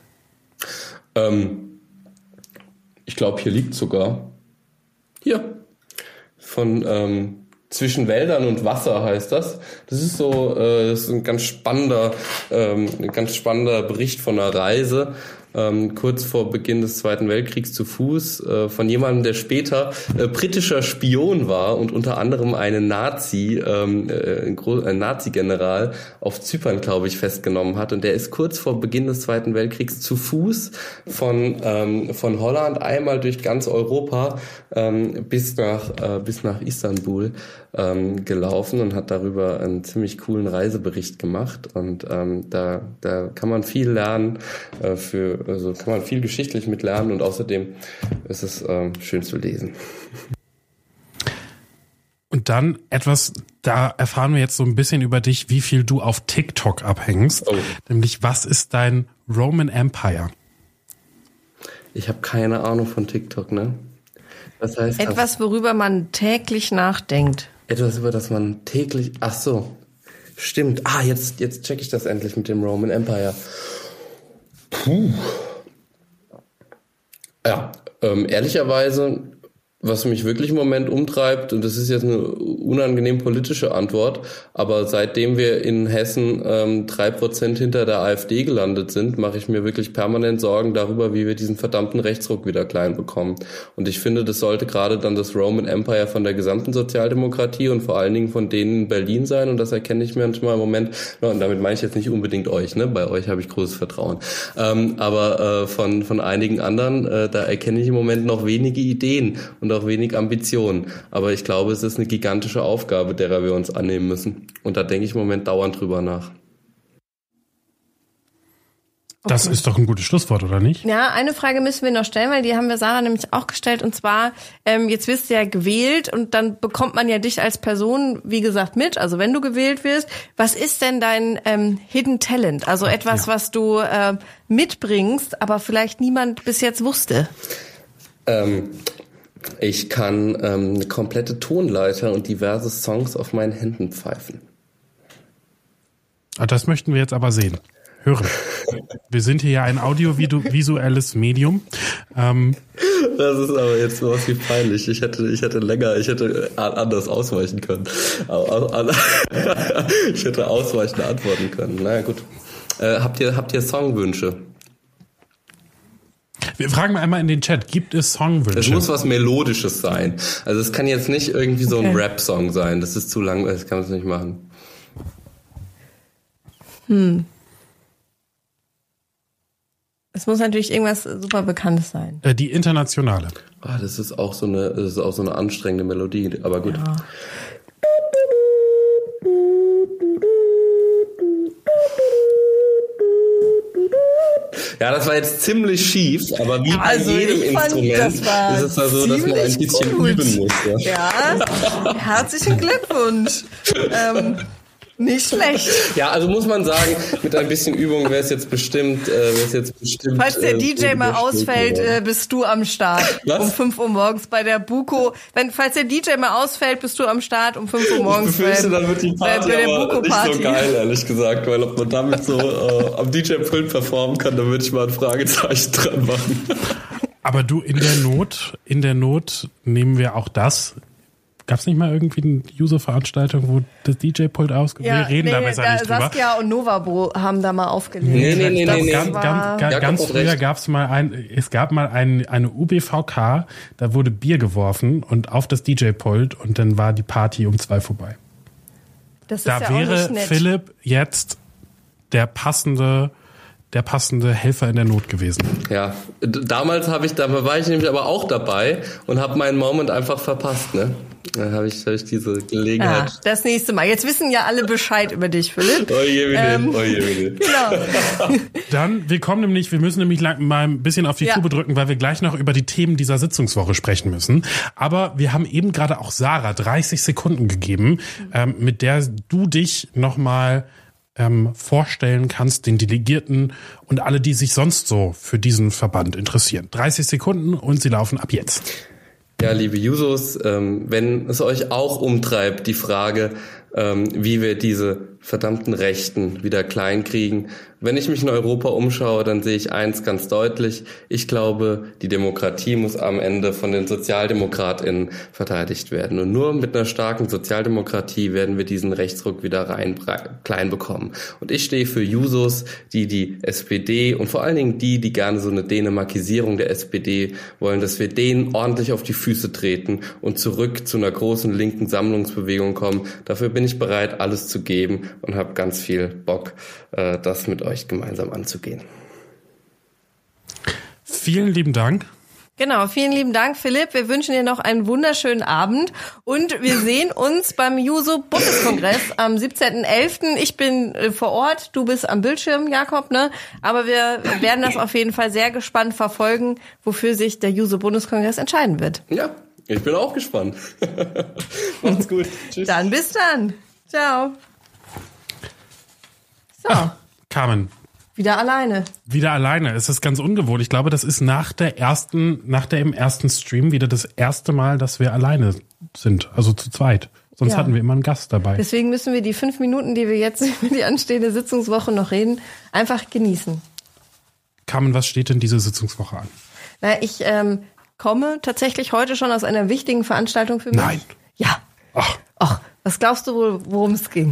S4: Ich glaube, hier liegt sogar. Hier. Von Zwischen Wäldern und Wasser heißt das. Das ist so, das ist ein ganz spannender Bericht von einer Reise. kurz vor Beginn des Zweiten Weltkriegs zu Fuß von jemandem, der später britischer Spion war und unter anderem einen Nazi-General auf Zypern, glaube ich, festgenommen hat. Und der ist kurz vor Beginn des Zweiten Weltkriegs zu Fuß von Holland einmal durch ganz Europa bis nach Istanbul gelaufen und hat darüber einen ziemlich coolen Reisebericht gemacht. Und da kann man viel lernen, kann man viel geschichtlich mit lernen, und außerdem ist es schön zu lesen.
S1: Und dann etwas, da erfahren wir jetzt so ein bisschen über dich, wie viel du auf TikTok abhängst. Oh. Nämlich, was ist dein Roman Empire?
S4: Ich habe keine Ahnung von TikTok, ne? Was heißt
S2: etwas,
S4: das?
S2: Worüber man täglich nachdenkt.
S4: Etwas, über das man täglich... Ach so, stimmt. Jetzt check ich das endlich mit dem Roman Empire. Puh. Ja, ehrlicherweise... Was mich wirklich im Moment umtreibt, und das ist jetzt eine unangenehm politische Antwort, aber seitdem wir in Hessen 3% hinter der AfD gelandet sind, mache ich mir wirklich permanent Sorgen darüber, wie wir diesen verdammten Rechtsruck wieder klein bekommen. Und ich finde, das sollte gerade dann das Roman Empire von der gesamten Sozialdemokratie und vor allen Dingen von denen in Berlin sein, und das erkenne ich mir manchmal im Moment, und damit meine ich jetzt nicht unbedingt euch, ne? Bei euch habe ich großes Vertrauen, aber von einigen anderen, da erkenne ich im Moment noch wenige Ideen und auch wenig Ambitionen. Aber ich glaube, es ist eine gigantische Aufgabe, derer wir uns annehmen müssen. Und da denke ich im Moment dauernd drüber nach.
S1: Das ist doch ein gutes Schlusswort, oder nicht?
S2: Ja, eine Frage müssen wir noch stellen, weil die haben wir Sarah nämlich auch gestellt. Und zwar, jetzt wirst du ja gewählt und dann bekommt man ja dich als Person, wie gesagt, mit. Also wenn du gewählt wirst, was ist denn dein Hidden Talent? Also etwas, was du mitbringst, aber vielleicht niemand bis jetzt wusste.
S4: Ich kann eine komplette Tonleiter und diverse Songs auf meinen Händen pfeifen.
S1: Das möchten wir jetzt aber sehen. Hören. Wir sind hier ja ein audiovisuelles Medium.
S4: Das ist aber jetzt was wie peinlich. Ich hätte anders ausweichen können. Ich hätte ausweichend antworten können. Na gut. Habt ihr Songwünsche?
S1: Wir fragen mal einmal in den Chat, gibt es Songwünsche?
S4: Es muss was Melodisches sein. Also es kann jetzt nicht irgendwie so ein Rap-Song sein. Das ist zu lang, das kann man nicht machen.
S2: Es muss natürlich irgendwas super Bekanntes sein.
S1: Die Internationale.
S4: Das ist auch so eine anstrengende Melodie, aber gut.
S2: Ja.
S4: Ja, das war jetzt ziemlich schief, aber wie bei jedem Instrument ist es da so, dass man ein bisschen üben muss.
S2: Ja, herzlichen Glückwunsch. Nicht schlecht.
S4: Ja, also muss man sagen, mit ein bisschen Übung wäre es jetzt bestimmt.
S2: Falls der DJ mal ausfällt, bist du am Start.
S4: Was?
S2: Um 5 Uhr morgens bei der Buko. Falls der DJ mal ausfällt, bist du am Start um 5 Uhr morgens.
S4: Ich befürchte, dann wird die Party aber nicht so geil, ehrlich gesagt, weil ob man damit so am DJ-Pult performen kann, da würde ich mal ein Fragezeichen dran machen.
S1: Aber du, in der Not nehmen wir auch das. Gab es nicht mal irgendwie eine User-Veranstaltung, wo das DJ-Pult wir reden da besser nicht drüber.
S2: Saskia und Novabo haben da mal aufgelegt.
S4: Nee.
S1: Ganz früher gab es mal eine UBVK, da wurde Bier geworfen und auf das DJ-Pult und dann war die Party um 2 vorbei.
S2: Das ist
S1: da
S2: ja
S1: wäre
S2: auch nicht nett.
S1: Philipp jetzt der passende Helfer in der Not gewesen.
S4: Ja, damals war ich nämlich aber auch dabei und habe meinen Moment einfach verpasst, ne? Da habe ich diese Gelegenheit.
S2: Das nächste Mal. Jetzt wissen ja alle Bescheid über dich, Philipp.
S4: Oje,
S2: Genau.
S1: Dann, wir müssen nämlich mal ein bisschen auf die Tube drücken, weil wir gleich noch über die Themen dieser Sitzungswoche sprechen müssen. Aber wir haben eben gerade auch Sarah 30 Sekunden gegeben, mit der du dich nochmal vorstellen kannst, den Delegierten und alle, die sich sonst so für diesen Verband interessieren. 30 Sekunden und sie laufen ab jetzt.
S4: Ja, liebe Jusos, wenn es euch auch umtreibt, die Frage, wie wir diese verdammten Rechten wieder klein kriegen. Wenn ich mich in Europa umschaue, dann sehe ich eins ganz deutlich. Ich glaube, die Demokratie muss am Ende von den SozialdemokratInnen verteidigt werden. Und nur mit einer starken Sozialdemokratie werden wir diesen Rechtsruck wieder klein bekommen. Und ich stehe für Jusos, die SPD und vor allen Dingen die gerne so eine Dänemarkisierung der SPD wollen, dass wir denen ordentlich auf die Füße treten und zurück zu einer großen linken Sammlungsbewegung kommen. Dafür bin ich bereit, alles zu geben und habe ganz viel Bock, das mit euch gemeinsam anzugehen.
S1: Vielen lieben Dank.
S2: Genau, vielen lieben Dank, Philipp. Wir wünschen dir noch einen wunderschönen Abend und wir sehen uns beim Juso-Bundeskongress am 17.11. Ich bin vor Ort, du bist am Bildschirm, Jakob, ne? Aber wir werden das auf jeden Fall sehr gespannt verfolgen, wofür sich der Juso-Bundeskongress entscheiden wird.
S4: Ja, ich bin auch gespannt. Macht's gut.
S2: Tschüss. Dann bis dann. Ciao. So.
S1: Ach, Carmen.
S2: Wieder alleine.
S1: Wieder alleine. Es ist ganz ungewohnt. Ich glaube, das ist nach dem ersten Stream wieder das erste Mal, dass wir alleine sind. Also zu zweit. Sonst hatten wir immer einen Gast dabei.
S2: Deswegen müssen wir die 5 Minuten, die wir jetzt über die anstehende Sitzungswoche noch reden, einfach genießen.
S1: Carmen, was steht denn diese Sitzungswoche an?
S2: Na, ich komme tatsächlich heute schon aus einer wichtigen Veranstaltung für mich.
S1: Nein.
S2: Ja. Ach, was glaubst du wohl, worum es ging?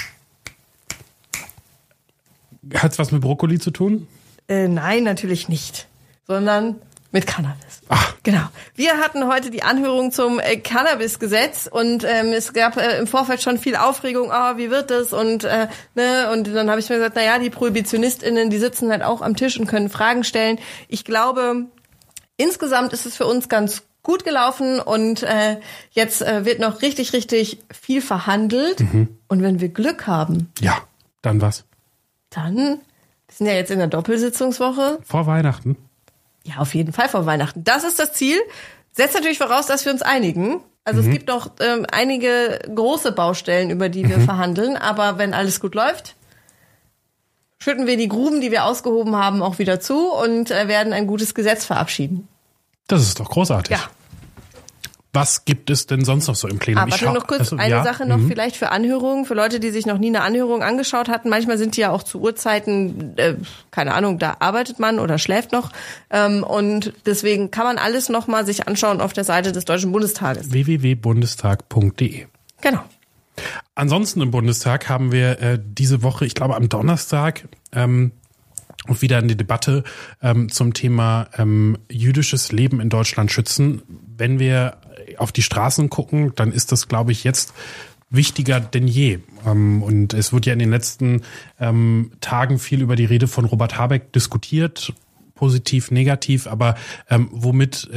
S1: Hat es was mit Brokkoli zu tun?
S2: Nein, natürlich nicht. Sondern mit Cannabis.
S1: Ach.
S2: Genau. Wir hatten heute die Anhörung zum Cannabis-Gesetz und es gab im Vorfeld schon viel Aufregung. Wie wird das? Und und dann habe ich mir gesagt, die ProhibitionistInnen, die sitzen halt auch am Tisch und können Fragen stellen. Ich glaube, insgesamt ist es für uns ganz gut gelaufen und jetzt wird noch richtig, richtig viel verhandelt. Mhm. Und wenn wir Glück haben...
S1: Ja, dann was?
S2: Dann, wir sind ja jetzt in der Doppelsitzungswoche.
S1: Vor Weihnachten?
S2: Ja, auf jeden Fall vor Weihnachten. Das ist das Ziel. Setzt natürlich voraus, dass wir uns einigen. Also es gibt noch einige große Baustellen, über die wir verhandeln. Aber wenn alles gut läuft, schütten wir die Gruben, die wir ausgehoben haben, auch wieder zu und werden ein gutes Gesetz verabschieden.
S1: Das ist doch großartig.
S2: Ja.
S1: Was gibt es denn sonst noch so im Plenum?
S2: Aber noch kurz eine Sache noch vielleicht für Anhörungen, für Leute, die sich noch nie eine Anhörung angeschaut hatten. Manchmal sind die ja auch zu Uhrzeiten, keine Ahnung, da arbeitet man oder schläft noch. Und deswegen kann man alles noch mal sich anschauen auf der Seite des Deutschen Bundestages.
S1: www.bundestag.de.
S2: Genau.
S1: Ansonsten im Bundestag haben wir diese Woche, ich glaube am Donnerstag, wieder eine Debatte zum Thema jüdisches Leben in Deutschland schützen. Wenn wir auf die Straßen gucken, dann ist das, glaube ich, jetzt wichtiger denn je. Und es wird ja in den letzten Tagen viel über die Rede von Robert Habeck diskutiert, positiv, negativ, aber womit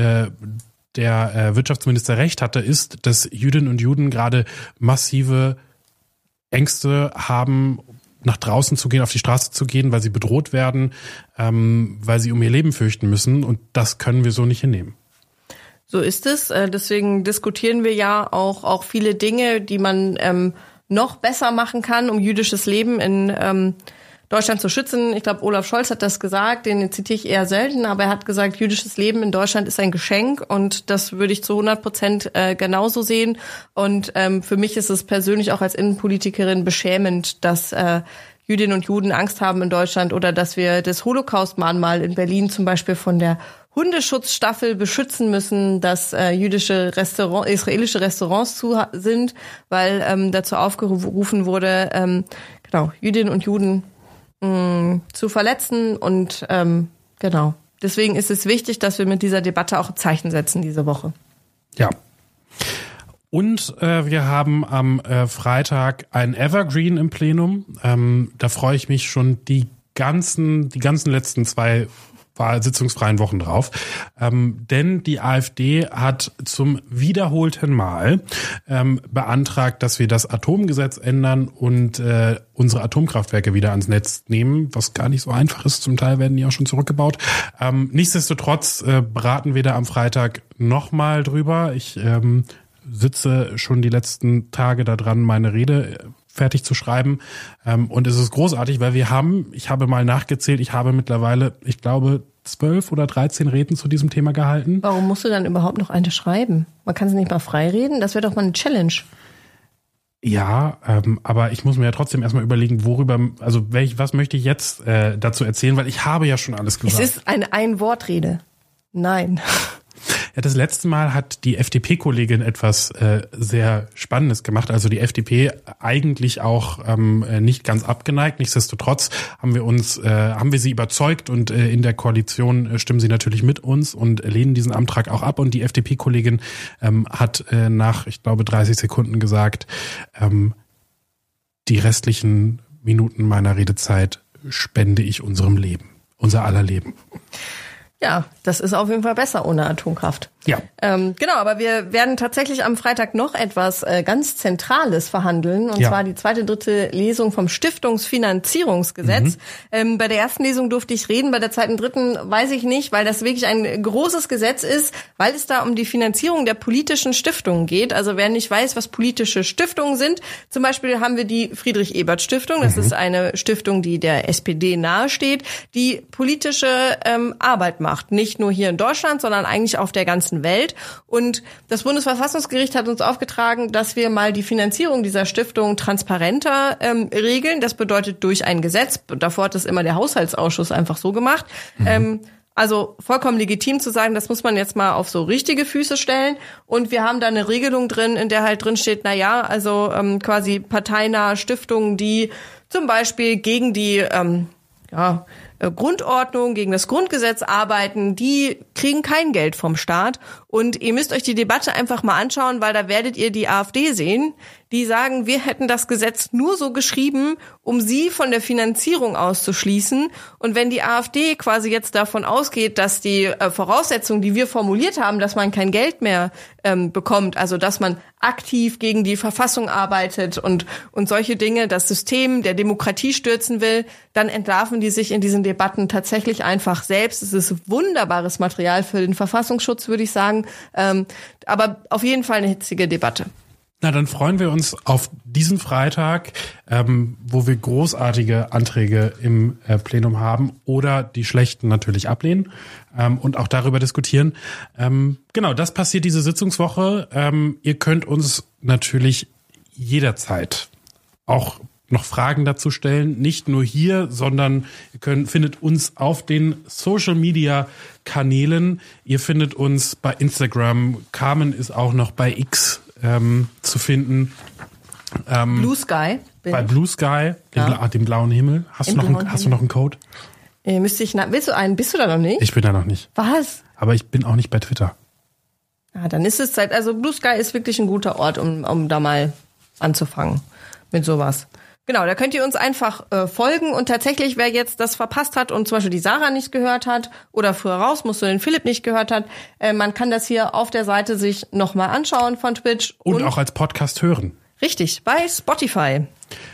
S1: der Wirtschaftsminister recht hatte, ist, dass Jüdinnen und Juden gerade massive Ängste haben, nach draußen zu gehen, auf die Straße zu gehen, weil sie bedroht werden, weil sie um ihr Leben fürchten müssen. Und das können wir so nicht hinnehmen.
S2: So ist es. Deswegen diskutieren wir ja auch viele Dinge, die man noch besser machen kann, um jüdisches Leben in Deutschland zu schützen. Ich glaube, Olaf Scholz hat das gesagt, den zitiere ich eher selten, aber er hat gesagt, jüdisches Leben in Deutschland ist ein Geschenk und das würde ich zu 100% genauso sehen. Und für mich ist es persönlich auch als Innenpolitikerin beschämend, dass Jüdinnen und Juden Angst haben in Deutschland oder dass wir das Holocaust-Mahnmal in Berlin zum Beispiel von der Hundeschutzstaffel beschützen müssen, dass israelische Restaurants zu sind, weil dazu aufgerufen wurde, Jüdinnen und Juden zu verletzen und genau. Deswegen ist es wichtig, dass wir mit dieser Debatte auch ein Zeichen setzen diese Woche.
S1: Ja. Und wir haben am Freitag ein Evergreen im Plenum. Da freue ich mich schon die ganzen letzten 2 sitzungsfreien Wochen drauf. Denn die AfD hat zum wiederholten Mal beantragt, dass wir das Atomgesetz ändern und unsere Atomkraftwerke wieder ans Netz nehmen, was gar nicht so einfach ist. Zum Teil werden die auch schon zurückgebaut. Nichtsdestotrotz beraten wir da am Freitag nochmal drüber. Ich sitze schon die letzten Tage da dran, meine Rede fertig zu schreiben. Und es ist großartig, weil ich habe mal nachgezählt, ich habe mittlerweile, ich glaube, 12 oder 13 Reden zu diesem Thema gehalten.
S2: Warum musst du dann überhaupt noch eine schreiben? Man kann sie nicht mal frei reden? Das wäre doch mal eine Challenge.
S1: Ja, aber ich muss mir ja trotzdem erstmal überlegen, was möchte ich jetzt dazu erzählen, weil ich habe ja schon alles gesagt.
S2: Es ist eine Ein-Wort-Rede. Nein.
S1: Ja, das letzte Mal hat die FDP-Kollegin etwas sehr Spannendes gemacht. Also die FDP eigentlich auch nicht ganz abgeneigt. Nichtsdestotrotz haben wir sie überzeugt und in der Koalition stimmen sie natürlich mit uns und lehnen diesen Antrag auch ab. Und die FDP-Kollegin hat nach, ich glaube, 30 Sekunden gesagt, die restlichen Minuten meiner Redezeit spende ich unserem Leben, unser aller Leben.
S2: Ja, das ist auf jeden Fall besser ohne Atomkraft.
S1: Ja.
S2: Genau, aber wir werden tatsächlich am Freitag noch etwas ganz Zentrales verhandeln, und zwar die zweite, dritte Lesung vom Stiftungsfinanzierungsgesetz. Bei der ersten Lesung durfte ich reden, bei der zweiten, dritten weiß ich nicht, weil das wirklich ein großes Gesetz ist, weil es da um die Finanzierung der politischen Stiftungen geht. Also wer nicht weiß, was politische Stiftungen sind, zum Beispiel haben wir die Friedrich-Ebert-Stiftung. Das ist eine Stiftung, die der SPD nahesteht, die politische Arbeit macht. Nicht nur hier in Deutschland, sondern eigentlich auf der ganzen Welt. Und das Bundesverfassungsgericht hat uns aufgetragen, dass wir mal die Finanzierung dieser Stiftung transparenter regeln. Das bedeutet durch ein Gesetz. Davor hat das immer der Haushaltsausschuss einfach so gemacht. Also vollkommen legitim zu sagen, das muss man jetzt mal auf so richtige Füße stellen. Und wir haben da eine Regelung drin, in der halt drin steht, quasi parteinahe Stiftungen, die zum Beispiel gegen die Grundordnung, gegen das Grundgesetz arbeiten, die kriegen kein Geld vom Staat. Und ihr müsst euch die Debatte einfach mal anschauen, weil da werdet ihr die AfD sehen, die sagen, wir hätten das Gesetz nur so geschrieben, um sie von der Finanzierung auszuschließen. Und wenn die AfD quasi jetzt davon ausgeht, dass die Voraussetzungen, die wir formuliert haben, dass man kein Geld mehr bekommt, also dass man aktiv gegen die Verfassung arbeitet und solche Dinge, das System der Demokratie stürzen will, dann entlarven die sich in diesen Debatten tatsächlich einfach selbst. Es ist wunderbares Material für den Verfassungsschutz, würde ich sagen. Aber auf jeden Fall eine hitzige Debatte.
S1: Na, dann freuen wir uns auf diesen Freitag, wo wir großartige Anträge im Plenum haben oder die schlechten natürlich ablehnen und auch darüber diskutieren. Genau, das passiert diese Sitzungswoche. Ihr könnt uns natürlich jederzeit auch noch Fragen dazu stellen, nicht nur hier, sondern ihr findet uns auf den Social-Media-Kanälen. Ihr findet uns bei Instagram. Carmen ist auch noch bei X zu finden.
S2: Blue Sky.
S1: Bei Blue Sky, dem blauen Himmel. Hast du noch einen Code?
S2: Willst du einen? Bist du da noch nicht?
S1: Ich bin da noch nicht.
S2: Was?
S1: Aber ich bin auch nicht bei Twitter.
S2: Ja, dann ist es Zeit. Also Blue Sky ist wirklich ein guter Ort, um da mal anzufangen mit sowas. Genau, da könnt ihr uns einfach folgen, und tatsächlich, wer jetzt das verpasst hat und zum Beispiel die Sarah nicht gehört hat oder früher raus musste, den Philipp nicht gehört hat, man kann das hier auf der Seite sich nochmal anschauen von Twitch.
S1: Und auch als Podcast hören.
S2: Richtig, bei Spotify.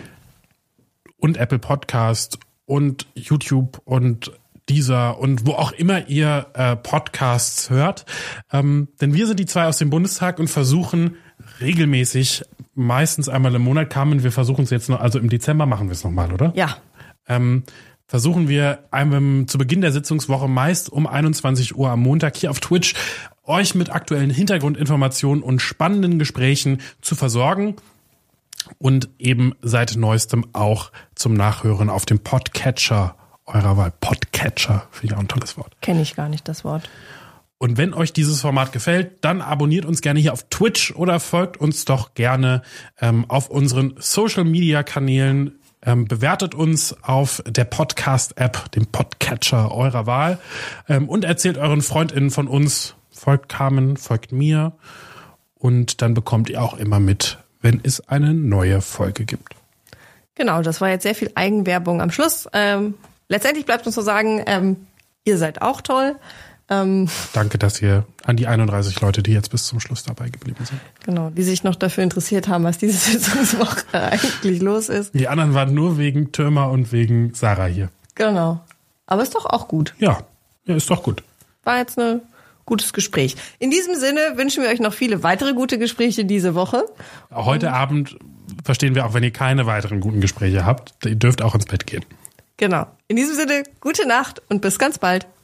S1: Und Apple Podcast und YouTube und Deezer und wo auch immer ihr Podcasts hört. Denn wir sind die zwei aus dem Bundestag und versuchen regelmäßig, meistens einmal im Monat, Carmen, wir versuchen es jetzt noch, also im Dezember machen wir es nochmal, oder?
S2: Ja.
S1: Versuchen wir zu Beginn der Sitzungswoche meist um 21 Uhr am Montag hier auf Twitch euch mit aktuellen Hintergrundinformationen und spannenden Gesprächen zu versorgen und eben seit neuestem auch zum Nachhören auf dem Podcatcher eurer Wahl. Podcatcher, finde ich auch ein tolles Wort.
S2: Kenne ich gar nicht das Wort.
S1: Und wenn euch dieses Format gefällt, dann abonniert uns gerne hier auf Twitch oder folgt uns doch gerne auf unseren Social-Media-Kanälen. Bewertet uns auf der Podcast-App, dem Podcatcher eurer Wahl, und erzählt euren FreundInnen von uns. Folgt Carmen, folgt mir, und dann bekommt ihr auch immer mit, wenn es eine neue Folge gibt.
S2: Genau, das war jetzt sehr viel Eigenwerbung am Schluss. Letztendlich bleibt uns zu sagen, ihr seid auch toll.
S1: Danke, dass ihr an die 31 Leute, die jetzt bis zum Schluss dabei geblieben sind.
S2: Genau, die sich noch dafür interessiert haben, was diese Sitzungswoche eigentlich los ist.
S1: Die anderen waren nur wegen Türmer und wegen Sarah hier.
S2: Genau. Aber ist doch auch gut.
S1: Ja, ist doch gut.
S2: War jetzt ein gutes Gespräch. In diesem Sinne wünschen wir euch noch viele weitere gute Gespräche diese Woche.
S1: Heute Abend verstehen wir auch, wenn ihr keine weiteren guten Gespräche habt, ihr dürft auch ins Bett gehen.
S2: Genau. In diesem Sinne, gute Nacht und bis ganz bald.